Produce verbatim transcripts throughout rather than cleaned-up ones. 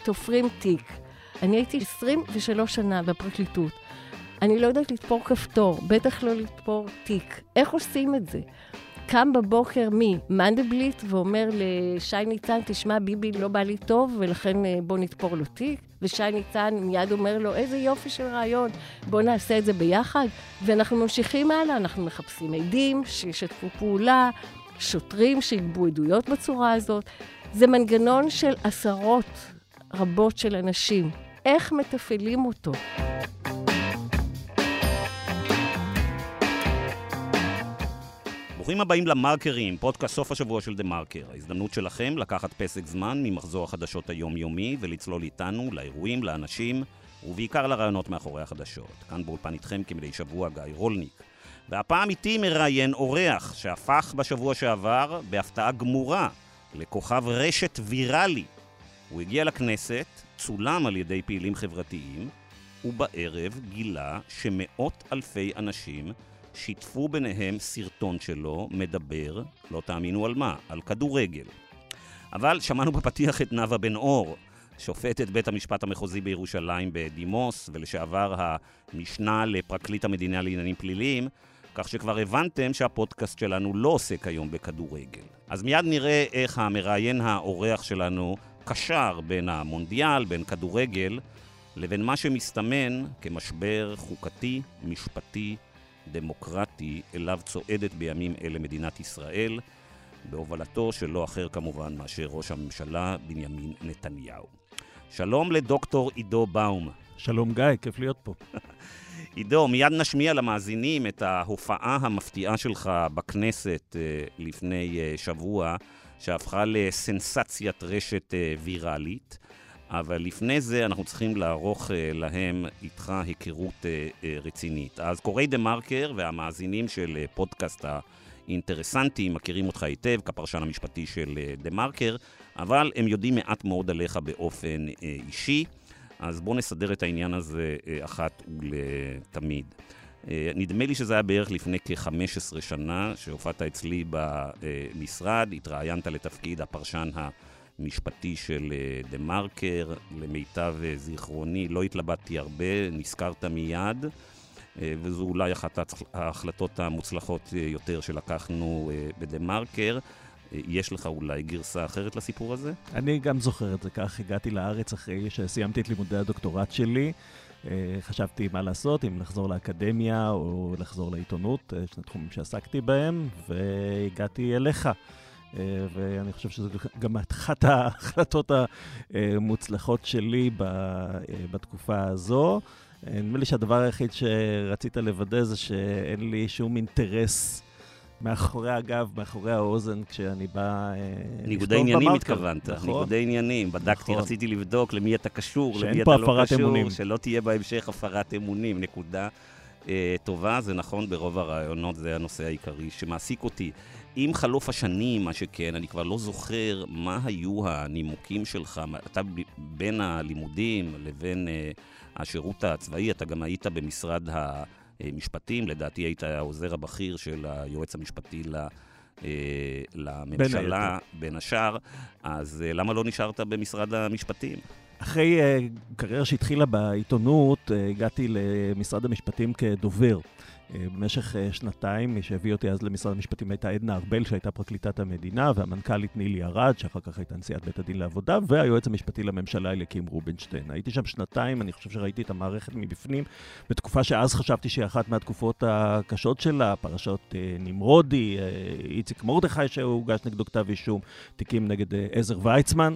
תופרים תיק. אני הייתי עשרים ושלוש שנה בפרקליטות. אני לא יודעת לתפור כפתור, בטח לא לתפור תיק. איך עושים את זה? קם בבוקר ממנדלבליט ואומר לשי ניצן, תשמע, ביבי לא בא לי טוב, ולכן בוא נתפור לו תיק. ושי ניצן מיד אומר לו, איזה יופי של רעיון, בוא נעשה את זה ביחד. ואנחנו ממשיכים הלאה, אנחנו מחפשים עדים שישתפו פעולה, שוטרים שילבו עדויות בצורה הזאת. זה מנגנון של עשרות רבות של אנשים. איך מתפעלים אותו? ברוכים הבאים למרקרים, פודקאסט סוף השבוע של דה מרקר. ההזדמנות שלכם לקחת פסק זמן ממחזור החדשות היומיומי ולצלול איתנו לאירועים, לאנשים ובעיקר לרעיונות מאחורי החדשות. כאן באולפן איתכם כמדי שבוע גיא רולניק. והפעם איתי מראיין אורח שהפך בשבוע שעבר בהפתעה גמורה לכוכב רשת ויראלי. הוא הגיע לכנסת, צולם על ידי פעילים חברתיים, ובערב גילה שמאות אלפי אנשים שיתפו ביניהם סרטון שלו מדבר, לא תאמינו על מה, על כדורגל. אבל שמענו בפתיח את נאוה בן אור, שופטת בית המשפט המחוזי בירושלים בדימוס, ולשעבר המשנה לפרקליט המדינה לעניינים פליליים, כך שכבר הבנתם שהפודקאסט שלנו לא עוסק היום בכדורגל. אז מיד נראה איך המראיין האורח שלנו קשר בין המונדיאל, בין כדורגל, לבין מה שמסתמן כמשבר חוקתי, משפטי, דמוקרטי, אליו צועדת בימים אלה מדינת ישראל, בהובלתו של לא אחר כמובן מאשר ראש הממשלה בנימין נתניהו. שלום לדוקטור עידו באום. שלום גיא, כיף להיות פה. עידו, מיד נשמיע למאזינים את ההופעה המפתיעה שלך בכנסת לפני שבוע, שהפכה לסנסציית רשת ויראלית. אבל לפני זה אנחנו צריכים לערוך להם איתך היכרות רצינית. אז קוראי דה מרקר והמאזינים של פודקאסט האינטרסנטי מכירים אותך היטב כפרשן המשפטי של דה מרקר, אבל הם יודעים מעט מאוד עליך באופן אישי, אז בוא נסדר את העניין הזה אחת ולתמיד. נדמה לי שזה היה בערך לפני כ-חמש עשרה שנה שהופעת אצלי במשרד, התראיינת לתפקיד הפרשן ה... משפטי של דה מרקר, למיטב זיכרוני, לא התלבטתי הרבה, נזכרת מיד, וזו אולי אחת ההחלטות המוצלחות יותר שלקחנו בדה מרקר. יש לך אולי גרסה אחרת לסיפור הזה? אני גם זוכר את זה כך, הגעתי לארץ אחרי שסיימתי את לימודי הדוקטורט שלי, חשבתי מה לעשות, אם לחזור לאקדמיה או לחזור לעיתונות, שני תחומים שעסקתי בהם, והגעתי אליך. ואני חושב שזו גם אחת ההחלטות המוצלחות שלי בתקופה הזו. נדמה לי שהדבר היחיד שרצית לוודא זה שאין לי שום אינטרס מאחורי הגב, מאחורי האוזן, כשאני בא... ניגודי עניינים התכוונת, ניגודי עניינים. בדקתי, רציתי לבדוק למי אתה קשור, למי אתה לא קשור, שלא תהיה בהמשך הפרת אמונים, נקודה. טובה, זה נכון, ברוב הרעיונות זה הנושא העיקרי שמעסיק אותי. עם חלוף השנים, מה שכן, אני כבר לא זוכר מה היו הנימוקים שלך. אתה בין הלימודים לבין uh, השירות הצבאי, אתה גם היית במשרד המשפטים, לדעתי היית העוזר הבכיר של היועץ המשפטי ל, uh, לממשלה, בין, בין השאר. אז uh, למה לא נשארת במשרד המשפטים? אחרי uh, קריירה שהתחילה בעיתונות, uh, הגעתי למשרד המשפטים כדובר. במשך שנתיים, מי שהביא אותי אז למשרד המשפטים הייתה עדנה ארבל, שהייתה פרקליטת המדינה, והמנכ"לית נילי ארד, שאחר כך הייתה נשיאת בית הדין לעבודה, והיועץ המשפטי לממשלה אליקים רובינשטיין. הייתי שם שנתיים, אני חושב שראיתי את המערכת מבפנים, בתקופה שאז חשבתי שהיא אחת מהתקופות הקשות שלה, פרשות נמרודי, איציק מרדכי שהוגש נגדו כתב אישום, תיקים נגד עזר ויצמן,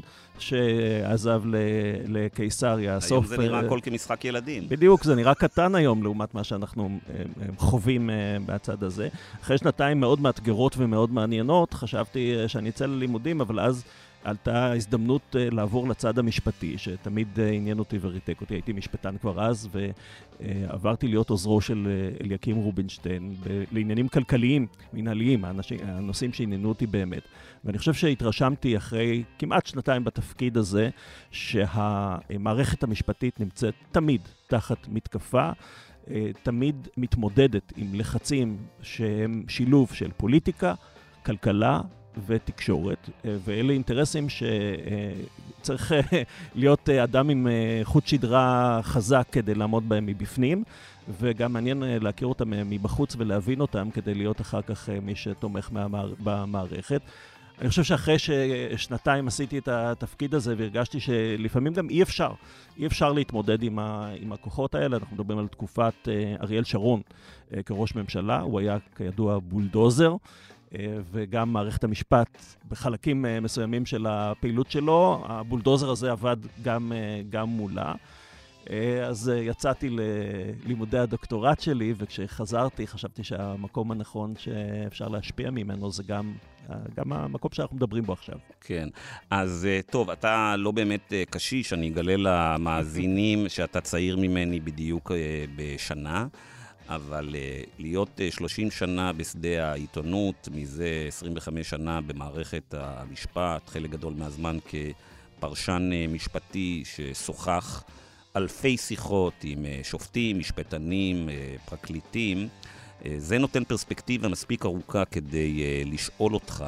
שעזב לקיסריה. היום זה נראה הכל כמשחק ילדים. בדיוק, זה נראה קטן היום לעומת מה שאנחנו חווים בצד הזה. אחרי שנתיים מאוד מאתגרות ומאוד מעניינות, חשבתי שאני אצא ללימודים, אבל אז עלתה הזדמנות לעבור לצד המשפטי, שתמיד עניין אותי וריתק אותי. הייתי משפטן כבר אז, ועברתי להיות עוזרו של אליקים רובינשטיין, לעניינים כלכליים, מנהליים, הנושאים שעניינו אותי באמת. ואני חושב שהתרשמתי אחרי כמעט שנתיים בתפקיד הזה, שהמערכת המשפטית נמצאת תמיד תחת מתקפה, תמיד מתמודדת עם לחצים שהם שילוב של פוליטיקה, כלכלה ותקשורת, ואלה אינטרסים צריך להיות אדם עם חוט שדרה חזק כדי לעמוד בהם מבפנים, וגם מעניין להכיר אותם מבחוץ ולהבין אותם כדי להיות אחר כך מי שתומך במערכת. אני חושב שאחרי ששנתיים עשיתי את התפקיד הזה והרגשתי שלפעמים גם אי אפשר, אי אפשר להתמודד עם, ה, עם הכוחות האלה. אנחנו מדברים על תקופת אריאל שרון כראש ממשלה, הוא היה כידוע בולדוזר, וגם מערכת המשפט בחלקים מסוימים של הפעילות שלו, הבולדוזר הזה עבד גם, גם מולה. אז יצאתי ללימודי הדוקטורט שלי, וכשחזרתי חשבתי שהמקום הנכון שאפשר להשפיע ממנו זה גם, גם המקום שאנחנו מדברים בו עכשיו. כן, אז טוב, אתה לא באמת קשיש, אני אגלה למאזינים שאתה צעיר ממני בדיוק בשנה, אבל להיות שלושים שנה בשדה העיתונות, מזה עשרים וחמש שנה במערכת המשפט, חלק גדול מהזמן כפרשן משפטי ששוחח אלפי שיחות עם שופטים, משפטנים, פרקליטים, זה נותן פרספקטיבה מספיק ארוכה כדי לשאול אותך,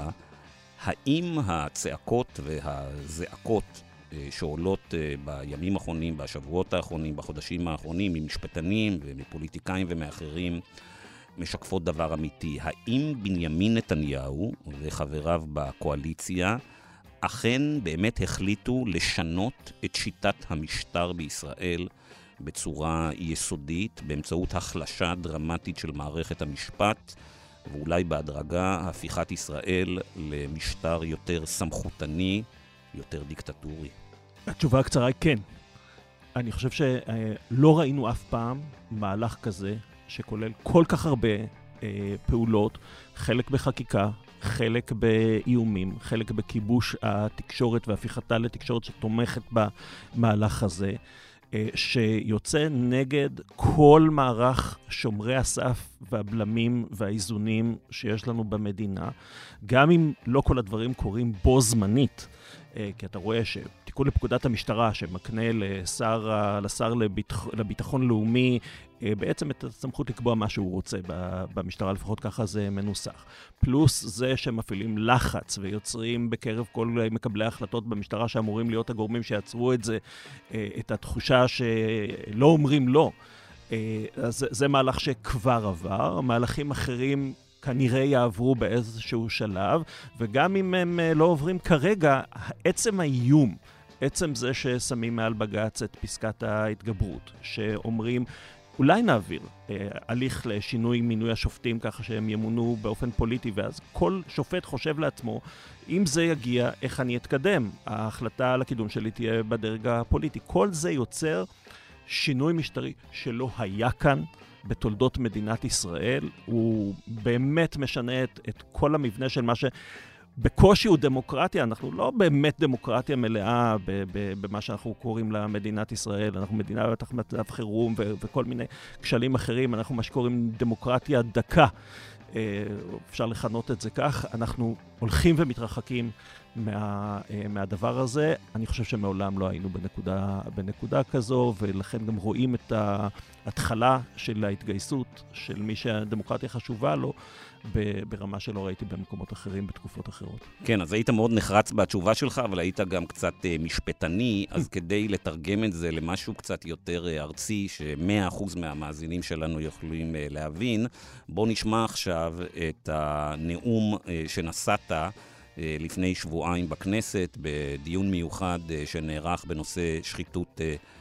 האם הצעקות והזעקות שעולות בימים האחרונים, בשבועות האחרונים, בחודשים האחרונים, ממשפטנים ומפוליטיקאים ומאחרים, משקפות דבר אמיתי? האם בנימין נתניהו וחבריו בקואליציה אכן באמת החליטו לשנות את שיטת המשטר בישראל בצורה יסודית, באמצעות החלשה דרמטית של מערכת המשפט, ואולי בהדרגה הפיכת ישראל למשטר יותר סמכותני, יותר דיקטטורי? התשובה הקצרה היא כן. אני חושב שלא ראינו אף פעם מהלך כזה שכולל כל כך הרבה פעולות, חלק בחקיקה, חלק באיומים, חלק בכיבוש התקשורת והפיכתה לתקשורת שתומכת במהלך הזה, שיוצא נגד כל מערך שומרי הסף והבלמים והאיזונים שיש לנו במדינה, גם אם לא כל הדברים קורים בו זמנית, כי אתה רואה שתיקון לפקודת המשטרה שמקנה לשר, לשר לביטח, לביטחון לאומי בעצם את הסמכות לקבוע מה שהוא רוצה במשטרה, לפחות ככה זה מנוסח. פלוס זה שמפעילים לחץ ויוצרים בקרב כל מקבלי ההחלטות במשטרה שאמורים להיות הגורמים שיצרו את זה, את התחושה שלא אומרים לא. אז זה מהלך שכבר עבר, מהלכים אחרים כנראה יעברו באיזשהו שלב, וגם אם הם לא עוברים כרגע, עצם האיום, עצם זה ששמים מעל בג"ץ את פסקת ההתגברות, שאומרים, אולי נעביר אה, הליך לשינוי מינוי השופטים ככה שהם ימונו באופן פוליטי, ואז כל שופט חושב לעצמו, אם זה יגיע, איך אני אתקדם? ההחלטה על הקידום שלי תהיה בדרג הפוליטי. כל זה יוצר שינוי משטרי שלא היה כאן בתולדות מדינת ישראל. הוא באמת משנה את, את כל המבנה של מה שבקושי הוא דמוקרטיה. אנחנו לא באמת דמוקרטיה מלאה ב, ב, במה שאנחנו קוראים למדינת ישראל. אנחנו מדינה תחת מצב חירום ו, וכל מיני כשלים אחרים. אנחנו מה שקוראים דמוקרטיה דקה. אפשר לכנות את זה כך. אנחנו הולכים ומתרחקים מה, מהדבר הזה. אני חושב שמעולם לא היינו בנקודה, בנקודה כזו, ולכן גם רואים את ההתחלה של ההתגייסות של מי שהדמוקרטיה חשובה לו, ברמה שלא ראיתי במקומות אחרים, בתקופות אחרות. כן, אז היית מאוד נחרץ בתשובה שלך, אבל היית גם קצת משפטני, אז כדי לתרגם את זה למשהו קצת יותר ארצי, ש-מאה אחוז מהמאזינים שלנו יכולים להבין, בוא נשמע עכשיו את הנאום שנשאת לפני שבועיים בכנסת, בדיון מיוחד שנערך בנושא שחיתות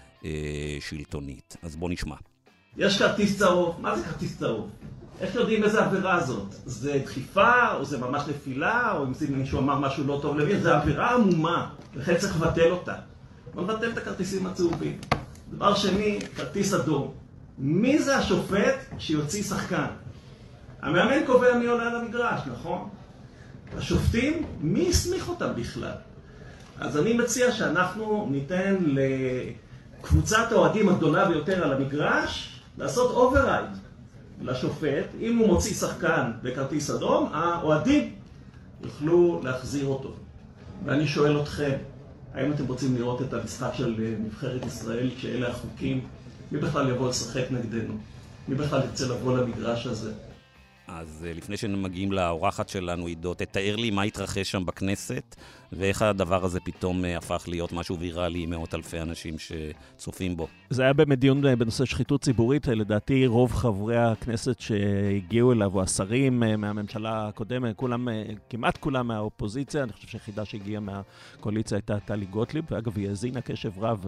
שלטונית. אז בוא נשמע. יש כרטיס צהוב. מה זה כרטיס צהוב? איך יודעים איזה עבירה זאת? זה דחיפה, או זה ממש נפילה, או אם זה מישהו אמר משהו לא טוב לבין? זה עבירה עמומה, לכן צריך לבטל אותה. בוא נבטל את הכרטיסים הצהובים. דבר שני, כרטיס אדום. מי זה השופט שיוציא שחקן? המאמן קובע מי עולה על המגרש, נכון? השופטים, מי הסמיך אותם בכלל? אז אני מציע שאנחנו ניתן לקבוצת האוהדים הגדולה ביותר על המגרש לעשות אוברייד לשופט. אם הוא מוציא שחקן בכרטיס אדום, האוהדים יוכלו להחזיר אותו. ואני שואל אתכם, האם אתם רוצים לראות את המשחק של נבחרת ישראל כשאלה החוקים? מי בכלל יבוא לשחק נגדנו? מי בכלל ירצה לבוא למגרש הזה? אז לפני שמגיעים לאורחת שלנו, עידו, תתאר לי מה התרחש שם בכנסת, ואיך הדבר הזה פתאום הפך להיות משהו ויראלי עם מאות אלפי אנשים שצופים בו. זה היה באמת דיון בנושא שחיתות ציבורית, לדעתי רוב חברי הכנסת שהגיעו אליו, או השרים מהממשלה הקודמת, כולם, כמעט כולם מהאופוזיציה, אני חושב שהיחידה שהגיעה מהקואליציה הייתה טלי גוטליב, ואגב היא האזינה קשב רב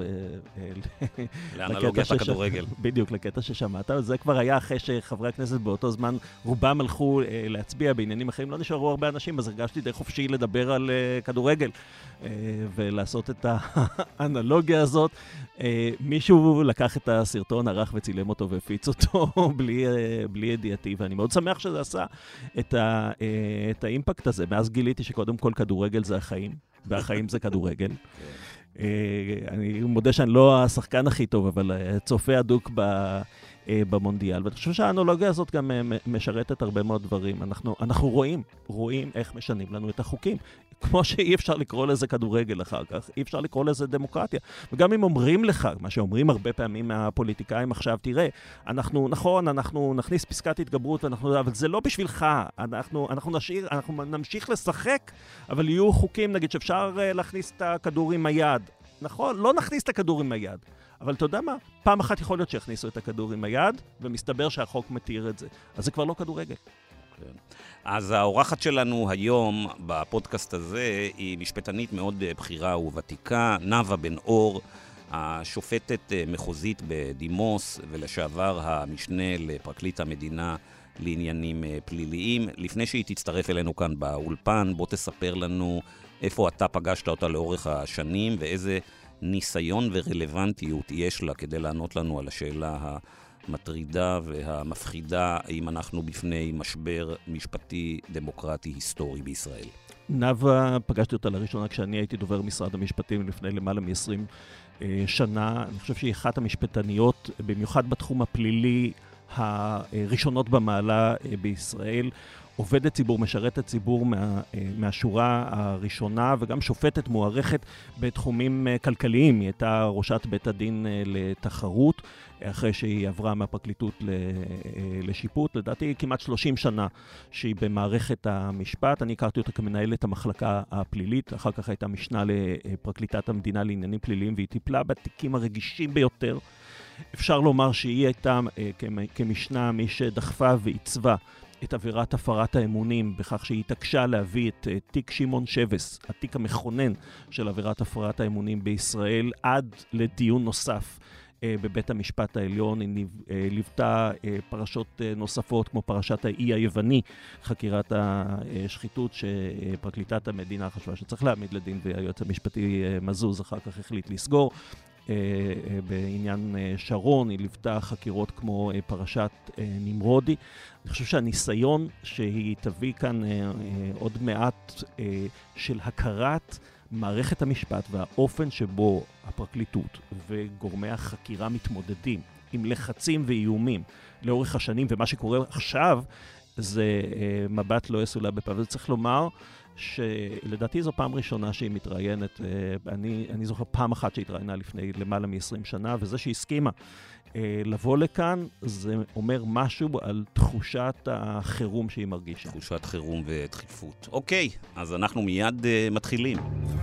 לאנלוגיית הכדורגל. בדיוק, לקטע ששמעת, זה כבר היה אחרי שחברי הכנסת באותו זמן רובם הלכו להצביע בעניינים אחרים, לא נשארו הרבה אנשים, אז הרגשתי די חופשי לדבר על כדורגל ולעשות את האנלוגיה הזאת. מישהו לקח את הסרטון, ערך וצילם אותו והפיץ אותו בלי, בלי ידיעתי, ואני מאוד שמח שזה עשה את, ה, את האימפקט הזה. מאז גיליתי שקודם כל כדורגל זה החיים, והחיים זה כדורגל. אני מודה שאני לא השחקן הכי טוב, אבל צופה הדוק ב... במונדיאל, ואני חושב שהאנלוגיה הזאת גם משרתת הרבה מאוד דברים. אנחנו, אנחנו רואים, רואים איך משנים לנו את החוקים. כמו שאי אפשר לקרוא לזה כדורגל אחר כך, אי אפשר לקרוא לזה דמוקרטיה. וגם אם אומרים לך, מה שאומרים הרבה פעמים מהפוליטיקאים עכשיו, תראה, אנחנו, נכון, אנחנו נכניס פסקת התגברות, ואנחנו, אבל זה לא בשבילך. אנחנו, אנחנו נשאיר, אנחנו נמשיך לשחק, אבל יהיו חוקים, נגיד, שאפשר להכניס את הכדור עם היד. נכון, לא נכניס את הכדור עם היד. אבל אתה יודע מה? פעם אחת יכול להיות שיכניסו את הכדור עם היד, ומסתבר שהחוק מתיר את זה. אז זה כבר לא כדורגל. כן. אז האורחת שלנו היום בפודקאסט הזה היא משפטנית מאוד בכירה וותיקה, נאוה בן אור, השופטת מחוזית בדימוס ולשעבר המשנה לפרקליט המדינה לעניינים פליליים. לפני שהיא תצטרף אלינו כאן באולפן, בוא תספר לנו איפה אתה פגשת אותה לאורך השנים ואיזה ניסיון ורלוונטיות יש לה כדי לענות לנו על השאלה המטרידה והמפחידה אם אנחנו בפני משבר משפטי דמוקרטי היסטורי בישראל. נאוה, פגשתי אותה לראשונה כשאני הייתי דובר משרד המשפטים לפני למעלה מ-עשרים שנה. אני חושב שהיא אחת המשפטניות, במיוחד בתחום הפלילי, הראשונות במעלה בישראל. עובדת ציבור, משרתת ציבור מה, מהשורה הראשונה, וגם שופטת מוערכת בתחומים כלכליים. היא הייתה ראשת בית הדין לתחרות, אחרי שהיא עברה מהפרקליטות לשיפוט. לדעתי כמעט שלושים שנה שהיא במערכת המשפט. אני הכרתי אותה כמנהלת המחלקה הפלילית, אחר כך הייתה משנה לפרקליטת המדינה לעניינים פליליים, והיא טיפלה בתיקים הרגישים ביותר. אפשר לומר שהיא הייתה כמשנה מי שדחפה ועיצבה את עבירת הפרת האמונים, בכך שהיא התעקשה להביא את תיק שמעון שבס, התיק המכונן של עבירת הפרת האמונים בישראל, עד לדיון נוסף בבית המשפט העליון. היא ליוותה פרשות נוספות כמו פרשת האי היווני, חקירת השחיתות שפרקליטת המדינה חשבה שצריך להעמיד לדין, והיועץ המשפטי מזוז אחר כך החליט לסגור. בעניין שרון, היא ליוותה חקירות כמו פרשת נמרודי. אני חושב שהניסיון שהיא תביא כאן עוד מעט של הכרת מערכת המשפט והאופן שבו הפרקליטות וגורמי החקירה מתמודדים עם לחצים ואיומים לאורך השנים, ומה שקורה עכשיו זה מבט לא יסולא בפעם. וצריך לומר שלדעתי זו פעם ראשונה שהיא מתראיינת. אני, אני זוכר פעם אחת שהתראיינה לפני למעלה מ-עשרים שנה, וזה שהסכימה לבוא לכאן, זה אומר משהו על תחושת החירום שהיא מרגישה. תחושת חירום ודחיפות. אוקיי, אז אנחנו מיד uh, מתחילים.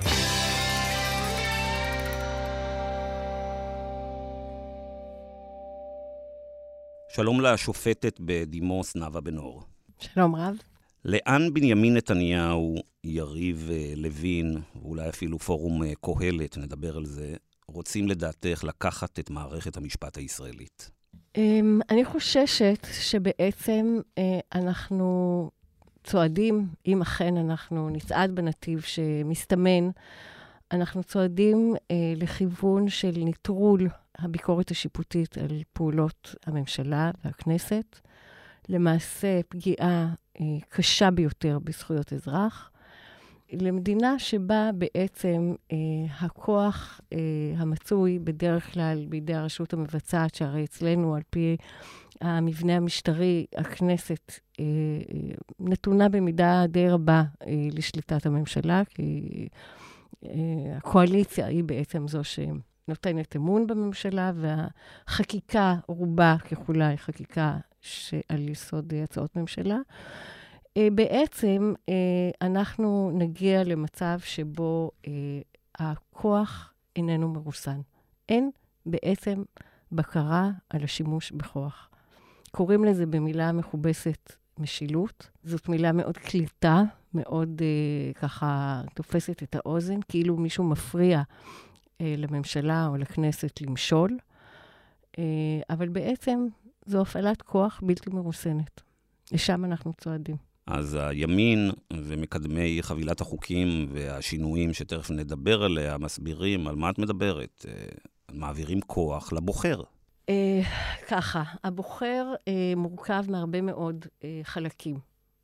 שלום לשופטת בדימוס נאוה בן אור. שלום רב. לאן בנימין נתניהו, יריב לוין, ואולי אפילו פורום קהלת, נדבר על זה, רוצים לדעתך לקחת את מערכת המשפט הישראלית? אני חוששת שבעצם אנחנו צועדים, אם אכן אנחנו נצעד בנתיב שמסתמן, אנחנו צועדים לכיוון של ניטרול הביקורת השיפוטית על פעולות הממשלה והכנסת, למעשה פגיעה קשה ביותר בזכויות אזרח, למדינה שבה בעצם אה, הכוח אה, המצוי בדרך כלל בידי הרשות המבצעת, שהרי אצלנו על פי המבנה המשטרי, הכנסת אה, אה, נתונה במידה די רבה אה, לשליטת הממשלה, כי אה, הקואליציה היא בעצם זו שנותנת אמון בממשלה, והחקיקה רובה ככולה היא חקיקה שעל יסוד הצעות ממשלה, בעצם אנחנו נגיע למצב שבו הכוח איננו מרוסן. אין בעצם בקרה על השימוש בכוח. קוראים לזה במילה מכובסת משילות. זאת מילה מאוד קליטה, מאוד אה, ככה תופסת את האוזן, כאילו מישהו מפריע אה, לממשלה או לכנסת למשול, אה, אבל בעצם זו הפעלת כוח בלתי מרוסנת. לשם אנחנו צועדים. אז הימין ומקדמי חבילת החוקים והשינויים שתכף נדבר עליה, מסבירים על מה את מדברת, אה, מעבירים כוח לבוחר. אה, ככה, הבוחר אה, מורכב מהרבה מאוד אה, חלקים.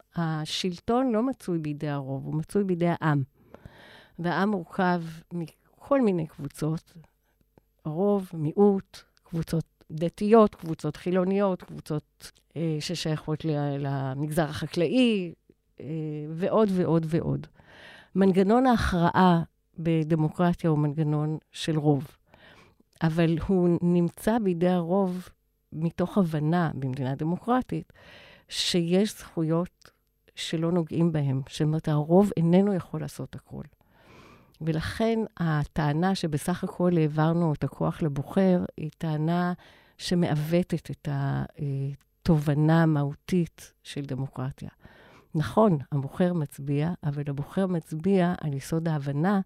השלטון לא מצוי בידי הרוב, הוא מצוי בידי העם. והעם מורכב מכל מיני קבוצות, הרוב, מיעוט, קבוצות דתיות, קבוצות חילוניות, קבוצות אה, ששייכות למגזר החקלאי, אה, ועוד ועוד ועוד. מנגנון ההכרעה בדמוקרטיה הוא מנגנון של רוב. אבל הוא נמצא בידי הרוב מתוך הבנה במדינה דמוקרטית, שיש זכויות שלא נוגעים בהם, זאת אומרת, הרוב איננו יכול לעשות הכל. ולכן הטענה שבסך הכל העברנו את הכוח לבוחר, היא טענה שמעוותת את התובנה המהותית של דמוקרטיה. נכון, הבוחר מצביע, אבל הבוחר מצביע על יסוד ההבנה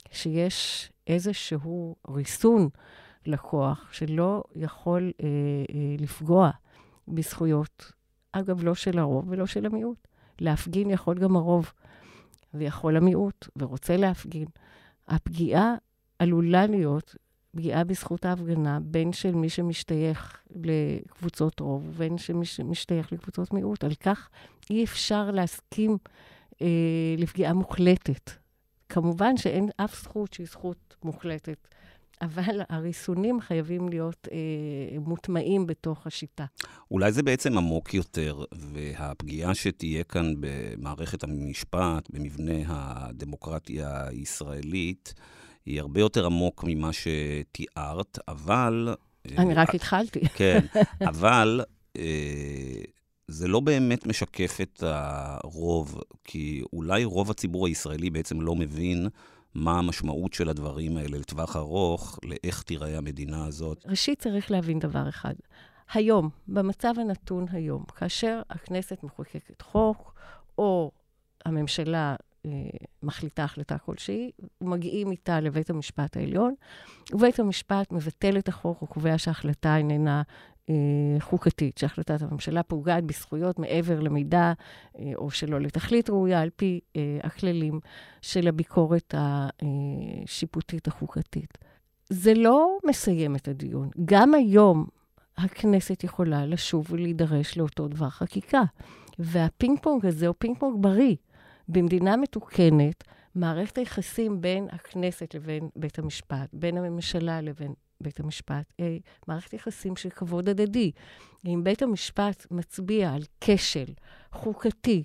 שיש איזשהו ריסון לכוח שלא יכול אה, אה, לפגוע בזכויות, אגב, לא של הרוב ולא של המיעוט. להפגין יכול גם הרוב, ויכול המיעוט, ורוצה להפגין. הפגיעה עלולה להיות פגיעה בזכות ההפגנה, בין של מי שמשתייך לקבוצות רוב, ובין של מי שמשתייך לקבוצות מיעוט. על כך אי אפשר להסכים אה, לפגיעה מוחלטת. כמובן שאין אף זכות שהיא זכות מוחלטת, אבל הריסונים חייבים להיות אה, מוטמעים בתוך השיטה. אולי זה בעצם עמוק יותר, והפגיעה שתהיה כאן במערכת המשפט, במבנה הדמוקרטיה הישראלית, היא הרבה יותר עמוק ממה שתיארת, אבל... אני רק התחלתי. כן, אבל אה, זה לא באמת משקף את הרוב, כי אולי רוב הציבור הישראלי בעצם לא מבין מה המשמעות של הדברים האלה לטווח ארוך, לאיך תיראה המדינה הזאת. ראשית צריך להבין דבר אחד. היום, במצב הנתון היום, כאשר הכנסת מחוקקת חוק, או הממשלה אה, מחליטה החלטה כלשהי, מגיעים איתה לבית המשפט העליון, ובית המשפט מבטל את החוק, הוא קובע שההחלטה איננה אה, חוקתית, שהחלטת הממשלה פוגעת בזכויות מעבר למידה, אה, או שלא לתכלית ראויה, על פי אה, הכללים של הביקורת השיפוטית החוקתית. זה לא מסיים את הדיון. גם היום הכנסת יכולה לשוב ולהידרש לאותו דבר חקיקה. והפינג פונג הזה הוא פינג פונג בריא. במדינה מתוקנת, מערכת היחסים בין הכנסת לבין בית המשפט, בין הממשלה לבין בית המשפט, היא מערכת יחסים של כבוד הדדי. אם בית המשפט מצביע על כשל חוקתי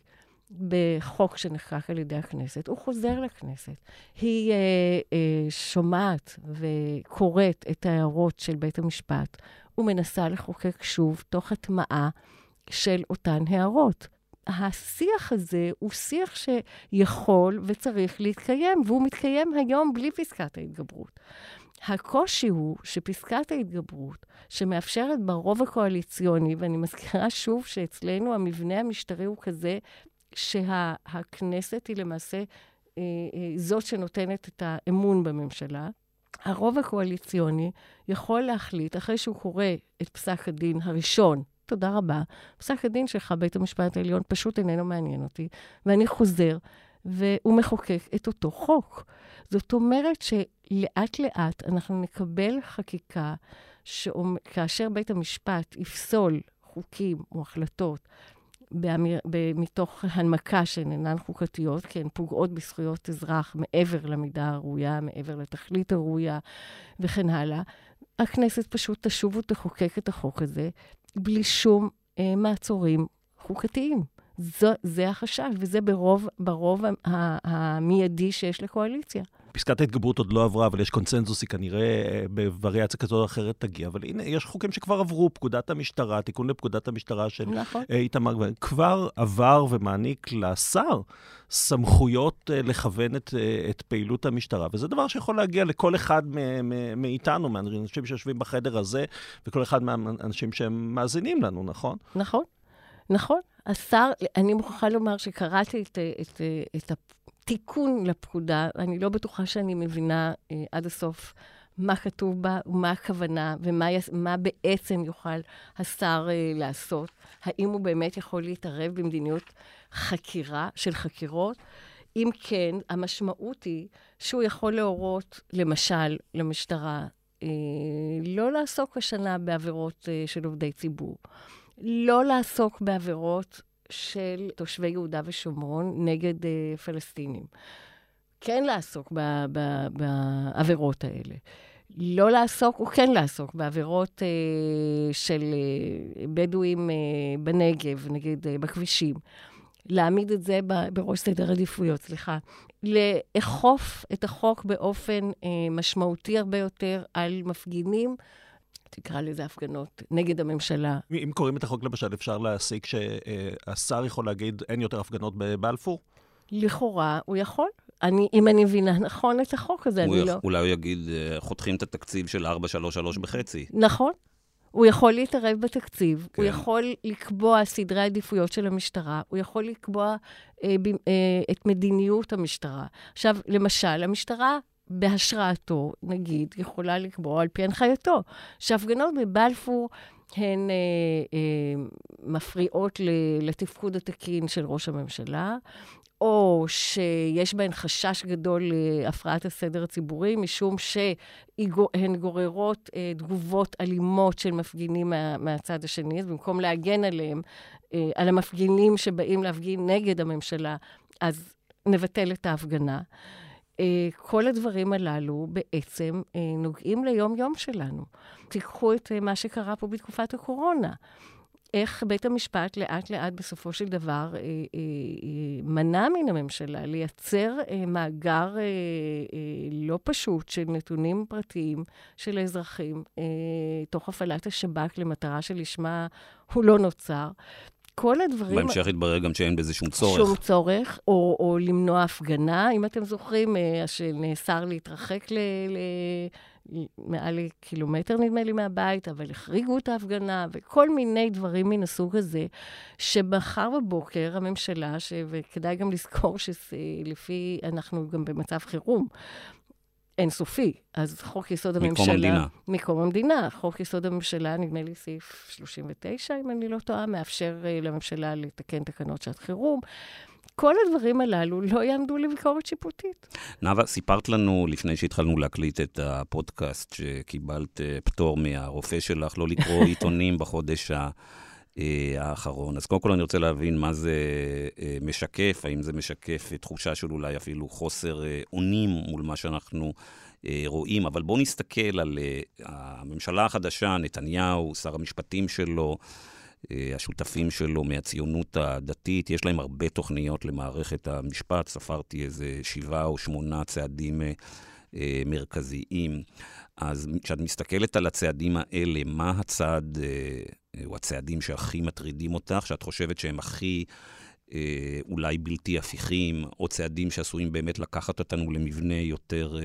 בחוק שנחקק על ידי הכנסת, הוא חוזר לכנסת. היא אה, אה, שומעת וקוראת את ההערות של בית המשפט, ומנסה לחוקק שוב תוך הטמעה של אותן הערות. השיח הזה הוא שיח שיכול וצריך להתקיים, והוא מתקיים היום בלי פסקת ההתגברות. הקושי הוא שפסקת ההתגברות, שמאפשרת ברוב הקואליציוני, ואני מזכירה שוב שאצלנו המבנה המשטרי הוא כזה, שהכנסת היא למעשה אה, אה, זאת שנותנת את האמון בממשלה, הרוב הקואליציוני יכול להחליט, אחרי שהוא קורא את פסק הדין הראשון, תודה רבה, פסק הדין שלך, בית המשפט העליון, פשוט איננו מעניין אותי, ואני חוזר, והוא מחוקק את אותו חוק. זאת אומרת שלאט לאט אנחנו נקבל חקיקה, כאשר בית המשפט יפסול חוקים או החלטות, באמיר, מתוך הנמקה שהן אינן חוקתיות, כי הן פוגעות בזכויות אזרח מעבר למידה הראויה, מעבר לתכלית הראויה וכן הלאה. הכנסת פשוט תשוב ותחוקק את החוק הזה, בלי שום אה, מעצורים חוקתיים. זו, זה החשש, וזה ברוב, ברוב ה- המיידי שיש לקואליציה. פסקת ההתגברות עוד לא עברה, אבל יש קונצנזוס, היא כנראה בווריאציה כזאת או אחרת תגיע. אבל הנה, יש חוקים שכבר עברו, פקודת המשטרה, תיקון לפקודת המשטרה של נכון. איתמר, כבר עבר ומעניק לשר סמכויות לכוון את, את פעילות המשטרה. וזה דבר שיכול להגיע לכל אחד מאיתנו, מהאנשים שיושבים בחדר הזה, וכל אחד מהאנשים שהם מאזינים לנו, נכון? נכון, נכון. השר, אני מוכרחה לומר שקראתי את, את, את התיקון לפקודה, אני לא בטוחה שאני מבינה אה, עד הסוף מה כתוב בה, ומה הכוונה, ומה מה בעצם יוכל השר אה, לעשות. האם הוא באמת יכול להתערב במדיניות חקירה, של חקירות? אם כן, המשמעות היא שהוא יכול להורות, למשל, למשטרה, אה, לא לעסוק השנה בעבירות אה, של עובדי ציבור. לא לעסוק בעבירות של תושבי יהודה ושומרון נגד uh, פלסטינים. כן לעסוק ב- ב- בעבירות האלה. לא לעסוק, או כן לעסוק בעבירות uh, של uh, בדואים uh, בנגב, נגיד uh, בכבישים. להעמיד את זה ב- בראש סדר עדיפויות, סליחה. לאכוף את החוק באופן uh, משמעותי הרבה יותר על מפגינים, תקרא לזה הפגנות נגד הממשלה. אם קוראים את החוק למשל, אפשר להסיק שהשר יכול להגיד אין יותר הפגנות בבלפור? לכאורה, הוא יכול. אני, אם אני מבינה נכון את החוק הזה, אני הוא לא... אולי הוא יגיד, חותכים את התקציב של ארבע שלוש שלוש בחצי. נכון. הוא יכול להתערב בתקציב, כן. הוא יכול לקבוע סדרי עדיפויות של המשטרה, הוא יכול לקבוע אה, ב, אה, את מדיניות המשטרה. עכשיו, למשל, המשטרה... בהשראתו, נגיד, יכולה לקבוע על פי הנחייתו, שהפגנות בבלפור הן אה, אה, מפריעות לתפקוד התקין של ראש הממשלה, או שיש בהן חשש גדול להפרעת הסדר הציבורי, משום שהן גוררות אה, תגובות אלימות של מפגינים מה, מהצד השני, אז במקום להגן עליהם, אה, על המפגינים שבאים להפגין נגד הממשלה, אז נבטל את ההפגנה. כל הדברים הללו בעצם נוגעים ליום-יום שלנו. תיקחו את מה שקרה פה בתקופת הקורונה. איך בית המשפט לאט-לאט בסופו של דבר מנע מן הממשלה לייצר מאגר לא פשוט של נתונים פרטיים של האזרחים, תוך הפעלת השב"כ למטרה שלשמה הוא לא נוצר. כל הדברים... בהמשך התברר גם שאין בזה שום צורך. שום צורך, או, או למנוע הפגנה, אם אתם זוכרים, שנאסר להתרחק ל, ל, מעל קילומטר, נדמה לי, מהבית, אבל החריגו את ההפגנה, וכל מיני דברים מן הסוג הזה, שמחר בבוקר הממשלה, ש... וכדאי גם לזכור שלפי, אנחנו גם במצב חירום, אינסופי. אז חוק יסוד הממשלה... מקום המדינה. מקום המדינה. חוק יסוד הממשלה, נדמה לי סעיף שלושים ותשע, אם אני לא טועה, מאפשר uh, לממשלה לתקן תקנות שעת חירום. כל הדברים הללו לא יעמדו לביקורת שיפוטית. נאווה, סיפרת לנו לפני שהתחלנו להקליט את הפודקאסט, שקיבלת uh, פטור מהרופא שלך, לא לקרוא עיתונים בחודש ה... האחרון. אז קודם כל אני רוצה להבין מה זה משקף, האם זה משקף תחושה של אולי אפילו חוסר אונים מול מה שאנחנו רואים, אבל בואו נסתכל על הממשלה החדשה, נתניהו, שר המשפטים שלו, השותפים שלו מהציונות הדתית, יש להם הרבה תוכניות למערכת המשפט, ספרתי איזה שבעה או שמונה צעדים מרכזיים. אז כשאת מסתכלת על הצעדים האלה, מה הצעד, או הצעדים שהכי מטרידים אותך, שאת חושבת שהם הכי אולי בלתי הפיכים, או צעדים שעשויים באמת לקחת אותנו למבנה יותר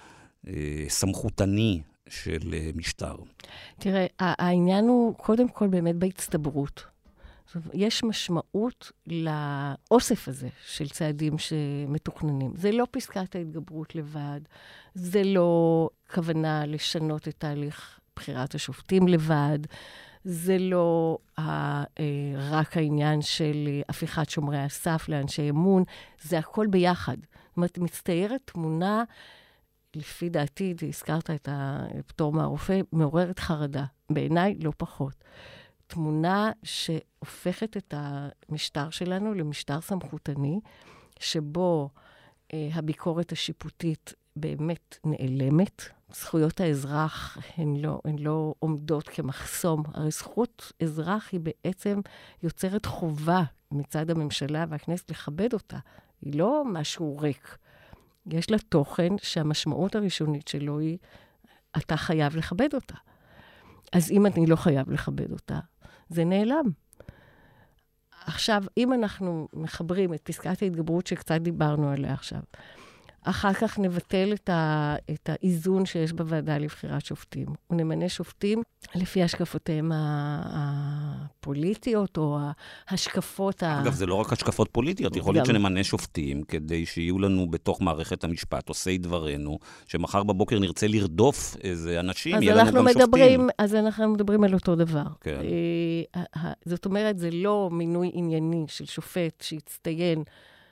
סמכותני של משטר? תראה, העניין הוא קודם כל באמת בהצטברות. יש משמעות לאוסף הזה של צעדים שמתוכננים. זה לא פסקת ההתגברות לבד, זה לא כוונה לשנות את תהליך בחירת השופטים לבד, זה לא רק העניין של הפיכת שומרי הסף לאנשי אמון, זה הכל ביחד. זאת אומרת, מצטיירת תמונה, לפי דעתי, הזכרת את הפטור מהרופא, מעוררת חרדה. בעיניי לא פחות. תמונה שהופכת את המשטר שלנו למשטר סמכותני, שבו אה, הביקורת השיפוטית באמת נעלמת. זכויות האזרח הן לא, הן לא עומדות כמחסום. הרי זכות אזרח היא בעצם יוצרת חובה מצד הממשלה והכנסת לכבד אותה. היא לא משהו ריק. יש לה תוכן שהמשמעות הראשונית שלו היא, אתה חייב לכבד אותה. אז אם אני לא חייב לכבד אותה, זה נעלם. עכשיו, אם אנחנו מחברים את פסקת ההתגברות שקצת דיברנו עליה עכשיו, אחר כך נבטל את, ה, את האיזון שיש בוועדה לבחירת שופטים. ונמנה שופטים לפי השקפותיהם הפוליטיות או ההשקפות ה... אגב, זה לא רק השקפות פוליטיות, יכול להיות שנמנה שופטים כדי שיהיו לנו בתוך מערכת המשפט, עושי דברנו, שמחר בבוקר נרצה לרדוף איזה אנשים, יהיה לנו גם מדברים, שופטים. אז אנחנו מדברים על אותו דבר. כן. זאת אומרת, זה לא מינוי ענייני של שופט שהצטיין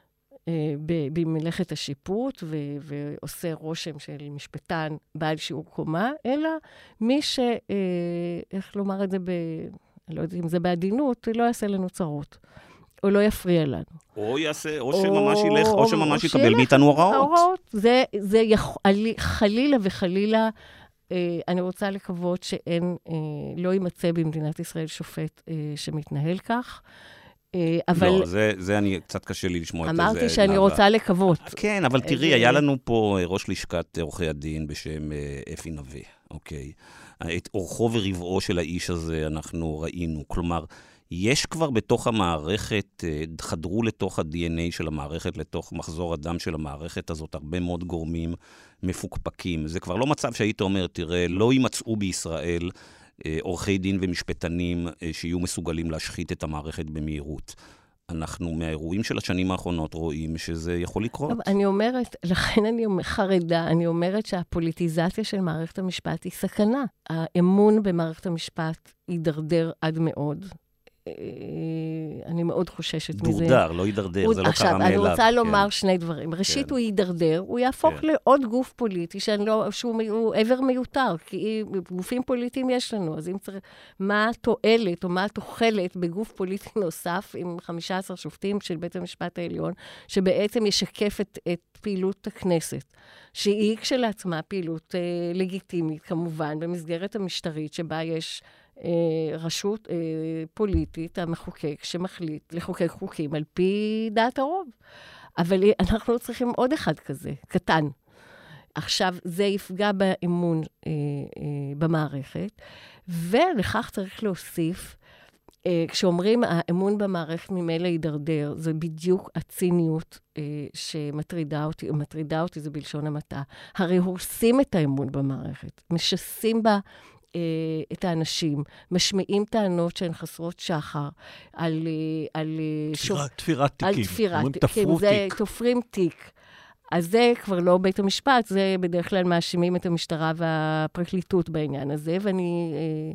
במלאכת השיפוט, ו- ועושה רושם של משפטן בעל שיעור קומה, אלא מי ש... איך לומר את זה ב... לא יודעת אם זה בעדינות, לא יעשה לנו צרות, או לא יפריע לנו. או יעשה, או שממש ילך, או שממש יקבל מאיתנו הוראות. ההוראות, זה, זה יכול, חלילה וחלילה, אני רוצה לקוות שאין, לא יימצא במדינת ישראל שופט שמתנהל כך, אבל... לא, זה, זה אני, קצת קשה לי לשמוע את זה. אמרתי שאני רוצה לקוות. כן, אבל תראי, היה לנו פה ראש לשכת עורכי הדין בשם אפי נווה, אוקיי? את אורחו ורבעו של האיש הזה אנחנו ראינו. כלומר, יש כבר בתוך המערכת, חדרו לתוך ה-די אן איי של המערכת, לתוך מחזור הדם של המערכת הזאת, הרבה מאוד גורמים מפוקפקים. זה כבר לא מצב שהיית אומר, תראה, לא יימצאו בישראל עורכי דין ומשפטנים שיהיו מסוגלים להשחית את המערכת במהירות. אנחנו מהאירועים של השנים האחרונות רואים שזה יכול לקרות. אני אומרת, לכן אני חרדה, אני אומרת שהפוליטיזציה של מערכת המשפט היא סכנה. האמון במערכת המשפט יידרדר עד מאוד. אני מאוד חוששת מזה. דורדר, לא יידרדר, זה לא קרה מאליו. עכשיו, אני רוצה לומר שני דברים. ראשית, הוא יידרדר, הוא יהפוך לעוד גוף פוליטי, שהוא עבר מיותר, כי גופים פוליטיים יש לנו, אז אם צריך, מה התועלת או מה התוחלת בגוף פוליטי נוסף, עם חמישה עשר שופטים של בית המשפט העליון, שבעצם ישקף את פעילות הכנסת, שהיא כשלעצמה פעילות לגיטימית, כמובן, במסגרת המשטרית, שבה יש רשות פוליטית, המחוקק, שמחליט לחוקק חוקים על פי דעת הרוב. אבל אנחנו צריכים עוד אחד כזה, קטן. עכשיו, זה יפגע באמון במערכת, ולכך צריך להוסיף, כשאומרים האמון במערכת ממילא יידרדר, זה בדיוק הציניות שמטרידה אותי, מטרידה אותי זה בלשון המעטה. הרי הורסים את האמון במערכת, משסים בה את האנשים, משמיעים טענות שהן חסרות שחר, על... על תפירת תיקים. על תפירת, תפרו תיק. תופרים תיק. אז זה כבר לא בית המשפט, זה בדרך כלל מאשימים את המשטרה והפרקליטות בעניין הזה, ואני